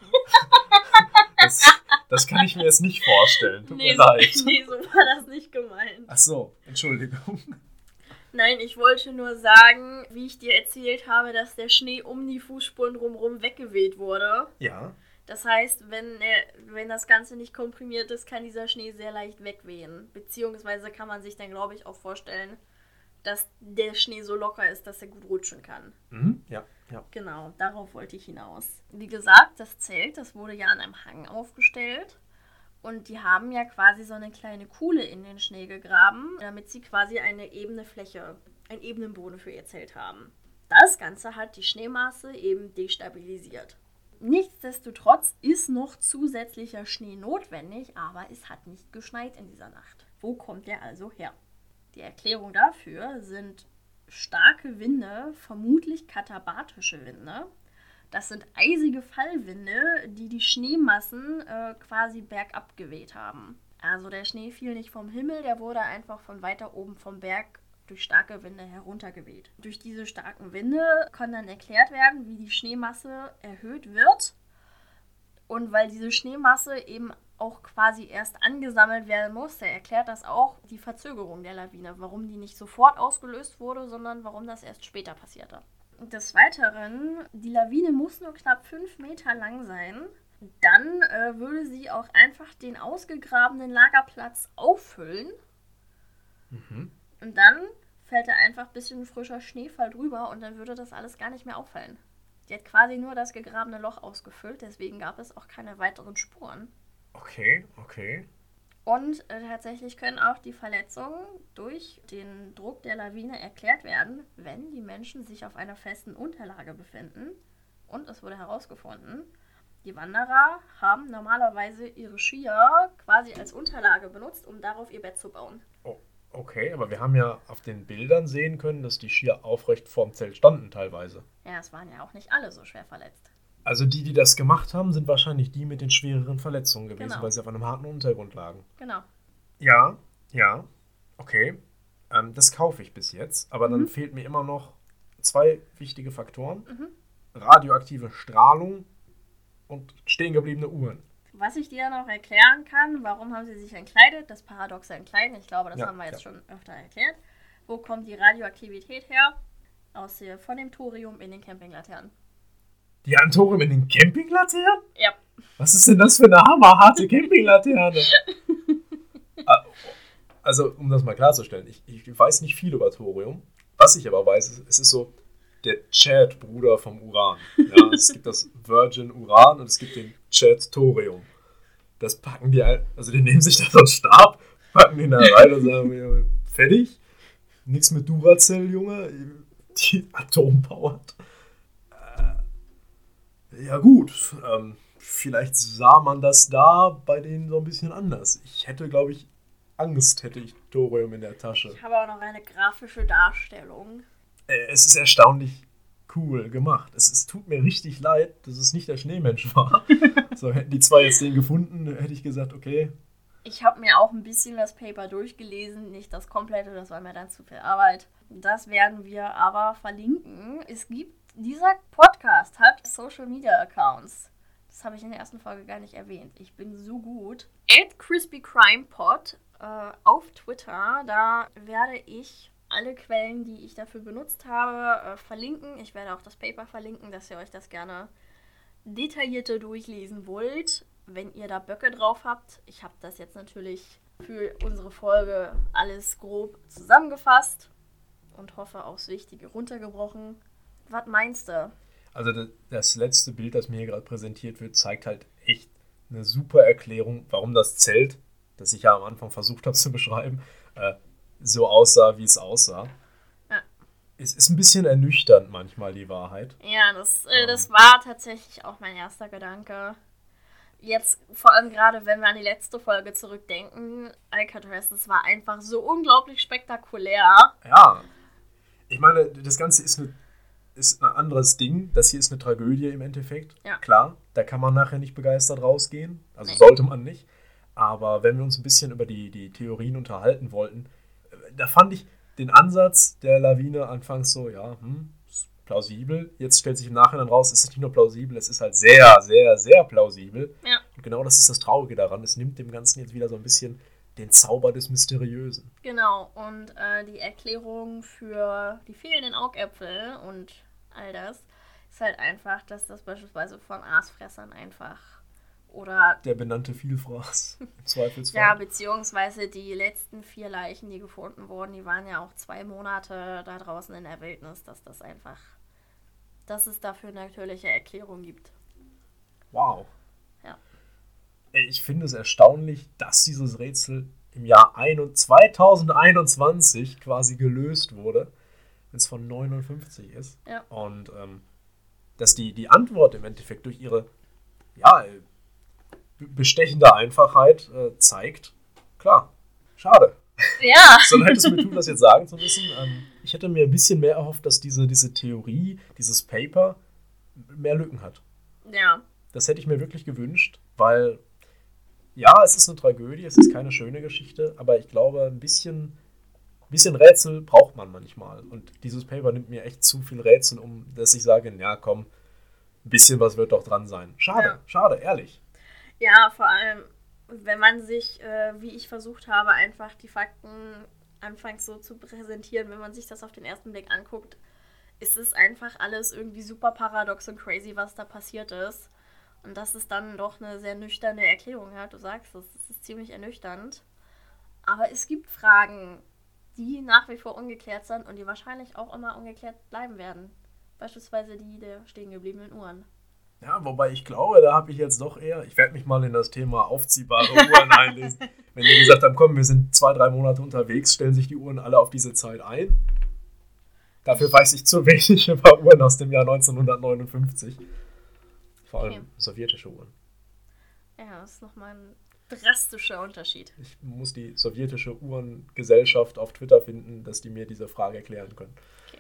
das, das kann ich mir jetzt nicht vorstellen. Tut nee, mir so, leid. nee, so war das nicht gemeint. Ach so, Entschuldigung. Nein, ich wollte nur sagen, wie ich dir erzählt habe, dass der Schnee um die Fußspuren drumherum weggeweht wurde. Ja. Das heißt, wenn, er, wenn das Ganze nicht komprimiert ist, kann dieser Schnee sehr leicht wegwehen. Beziehungsweise kann man sich dann, glaube ich, auch vorstellen, dass der Schnee so locker ist, dass er gut rutschen kann. Mhm. Ja, ja. Genau, darauf wollte ich hinaus. Wie gesagt, das Zelt, das wurde ja an einem Hang aufgestellt. Und die haben ja quasi so eine kleine Kuhle in den Schnee gegraben, damit sie quasi eine ebene Fläche, einen ebenen Boden für ihr Zelt haben. Das Ganze hat die Schneemasse eben destabilisiert. Nichtsdestotrotz ist noch zusätzlicher Schnee notwendig, aber es hat nicht geschneit in dieser Nacht. Wo kommt der also her? Die Erklärung dafür sind starke Winde, vermutlich katabatische Winde. Das sind eisige Fallwinde, die die Schneemassen äh, quasi bergab geweht haben. Also der Schnee fiel nicht vom Himmel, der wurde einfach von weiter oben vom Berg durch starke Winde heruntergeweht. Durch diese starken Winde kann dann erklärt werden, wie die Schneemasse erhöht wird. Und weil diese Schneemasse eben auch quasi erst angesammelt werden musste, erklärt das auch die Verzögerung der Lawine, warum die nicht sofort ausgelöst wurde, sondern warum das erst später passierte. Des Weiteren, die Lawine muss nur knapp fünf Meter lang sein. Dann äh, würde sie auch einfach den ausgegrabenen Lagerplatz auffüllen. Mhm. Und dann fällt da einfach ein bisschen frischer Schneefall drüber und dann würde das alles gar nicht mehr auffallen. Die hat quasi nur das gegrabene Loch ausgefüllt, deswegen gab es auch keine weiteren Spuren. Okay, okay. Und äh, tatsächlich können auch die Verletzungen durch den Druck der Lawine erklärt werden, wenn die Menschen sich auf einer festen Unterlage befinden. Und es wurde herausgefunden, die Wanderer haben normalerweise ihre Skier quasi als Unterlage benutzt, um darauf ihr Bett zu bauen. Oh, okay, aber wir haben ja auf den Bildern sehen können, dass die Skier aufrecht vorm Zelt standen teilweise. Ja, es waren ja auch nicht alle so schwer verletzt. Also die, die das gemacht haben, sind wahrscheinlich die mit den schwereren Verletzungen gewesen, Genau. weil sie auf einem harten Untergrund lagen. Genau. Ja, ja, okay. Ähm, das kaufe ich bis jetzt, aber dann Mhm. fehlt mir immer noch zwei wichtige Faktoren. Mhm. Radioaktive Strahlung und stehen gebliebene Uhren. Was ich dir noch erklären kann, warum haben sie sich entkleidet, das paradoxe Entkleiden, ich glaube, das Ja, haben wir jetzt ja. schon öfter erklärt. Wo kommt die Radioaktivität her? Aus der, von dem Thorium in den Campinglaternen. Die Antorium in den Campinglaternen? Ja. Was ist denn das für eine hammerharte Campinglaterne? Ah, Also, um das mal klarzustellen, ich, ich weiß nicht viel über Thorium. Was ich aber weiß, ist, es ist so der Chad-Bruder vom Uran. Ja, es gibt das Virgin-Uran und es gibt den Chad-Thorium. Das packen die, ein- also die nehmen sich da so einen Stab, packen den da rein und sagen, ja, fertig. Nichts mit Duracell, Junge. Die atompowert. Äh, ja gut, ähm, vielleicht sah man das da bei denen so ein bisschen anders. Ich hätte, glaube ich, Angst, hätte ich Thorium in der Tasche. Ich habe auch noch eine grafische Darstellung. Äh, Es ist erstaunlich cool gemacht. Es, es tut mir richtig leid, dass es nicht der Schneemensch war. So, hätten die zwei jetzt den gefunden, hätte ich gesagt, okay. Ich habe mir auch ein bisschen das Paper durchgelesen, nicht das komplette, das war mir dann zu viel Arbeit. Das werden wir aber verlinken. Es gibt, dieser Podcast hat Social Media Accounts. Das habe ich in der ersten Folge gar nicht erwähnt. Ich bin so gut. at crispycrimepod äh, auf Twitter, da werde ich alle Quellen, die ich dafür benutzt habe, äh, verlinken. Ich werde auch das Paper verlinken, dass ihr euch das gerne detaillierter durchlesen wollt, wenn ihr da Böcke drauf habt. Ich habe das jetzt natürlich für unsere Folge alles grob zusammengefasst und hoffe aufs Wichtige runtergebrochen. Was meinst du? Also das, das letzte Bild, das mir hier gerade präsentiert wird, zeigt halt echt eine super Erklärung, warum das Zelt, das ich ja am Anfang versucht habe zu beschreiben, äh, so aussah, wie es aussah. Ja. Es ist ein bisschen ernüchternd manchmal, die Wahrheit. Ja, das, äh, das war tatsächlich auch mein erster Gedanke. Jetzt, vor allem gerade, wenn wir an die letzte Folge zurückdenken, Alcatraz, das war einfach so unglaublich spektakulär. Ja, ich meine, das Ganze ist, eine, ist ein anderes Ding. Das hier ist eine Tragödie im Endeffekt. Ja. Klar, da kann man nachher nicht begeistert rausgehen. Also Nee. sollte man nicht. Aber wenn wir uns ein bisschen über die, die Theorien unterhalten wollten, äh, da fand ich den Ansatz der Lawine anfangs so, ja, hm, ist plausibel. Jetzt stellt sich im Nachhinein raus, es ist nicht nur plausibel, es ist halt sehr, sehr, sehr plausibel. Ja. Und genau das ist das Traurige daran. Es nimmt dem Ganzen jetzt wieder so ein bisschen den Zauber des Mysteriösen. Genau, und äh, die Erklärung für die fehlenden Augäpfel und all das ist halt einfach, dass das beispielsweise von Aasfressern einfach Oder der benannte Vielfraß im Zweifelsfall. ja, beziehungsweise die letzten vier Leichen, die gefunden wurden, die waren ja auch zwei Monate da draußen in der Wildnis, dass das einfach, dass es dafür eine natürliche Erklärung gibt. Wow. Ja. Ich finde es erstaunlich, dass dieses Rätsel im Jahr zweitausendeinundzwanzig quasi gelöst wurde, wenn es von neunundfünfzig ist. Ja. Und ähm, dass die, die Antwort im Endeffekt durch ihre ja, bestechende Einfachheit äh, zeigt. Klar, schade. Ja. So leid es mir tut, das jetzt sagen zu müssen. Ähm, ich hätte mir ein bisschen mehr erhofft, dass diese, diese Theorie, dieses Paper mehr Lücken hat. Ja. Das hätte ich mir wirklich gewünscht, weil ja, es ist eine Tragödie, es ist keine schöne Geschichte, aber ich glaube, ein bisschen, ein bisschen Rätsel braucht man manchmal. Und dieses Paper nimmt mir echt zu viel Rätsel, um dass ich sage, ja komm, ein bisschen was wird doch dran sein. Schade, Ja. schade, ehrlich. Ja, vor allem, wenn man sich, äh, wie ich versucht habe, einfach die Fakten anfangs so zu präsentieren, wenn man sich das auf den ersten Blick anguckt, ist es einfach alles irgendwie super paradox und crazy, was da passiert ist. Und dass es dann doch eine sehr nüchterne Erklärung hat. Du sagst es, es ist ziemlich ernüchternd. Aber es gibt Fragen, die nach wie vor ungeklärt sind und die wahrscheinlich auch immer ungeklärt bleiben werden. Beispielsweise die der stehen gebliebenen Uhren. Ja, wobei ich glaube, da habe ich jetzt doch eher, ich werde mich mal in das Thema aufziehbare Uhren einlesen. Wenn die gesagt haben, komm, wir sind zwei, drei Monate unterwegs, stellen sich die Uhren alle auf diese Zeit ein. Dafür weiß ich zu wenig über Uhren aus dem Jahr neunzehnhundertneunundfünfzig. Vor allem Okay. sowjetische Uhren. Ja, das ist nochmal ein drastischer Unterschied. Ich muss die sowjetische Uhrengesellschaft auf Twitter finden, dass die mir diese Frage erklären können.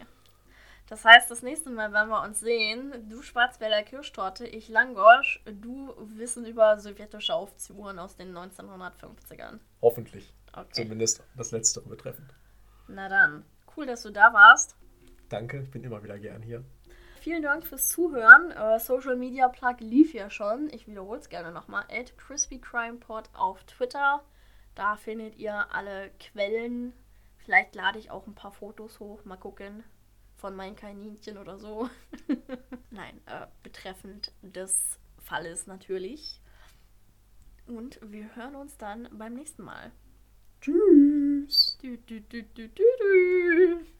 Das heißt, das nächste Mal, wenn wir uns sehen, du Schwarzwälder Kirschtorte, ich Langosch, du Wissen über sowjetische Aufziehungen aus den neunzehnhundertfünfzigern. Hoffentlich. Okay. Zumindest das Letztere betreffend. Na dann, cool, dass du da warst. Danke, ich bin immer wieder gern hier. Vielen Dank fürs Zuhören. Äh, Social Media Plug lief ja schon. Ich wiederhole es gerne nochmal. at crispycrimepod auf Twitter. Da findet ihr alle Quellen. Vielleicht lade ich auch ein paar Fotos hoch. Mal gucken. Von meinen Kaninchen oder so. Nein, äh, betreffend des Falles natürlich. Und wir hören uns dann beim nächsten Mal. Tschüss. Du, du, du, du, du, du.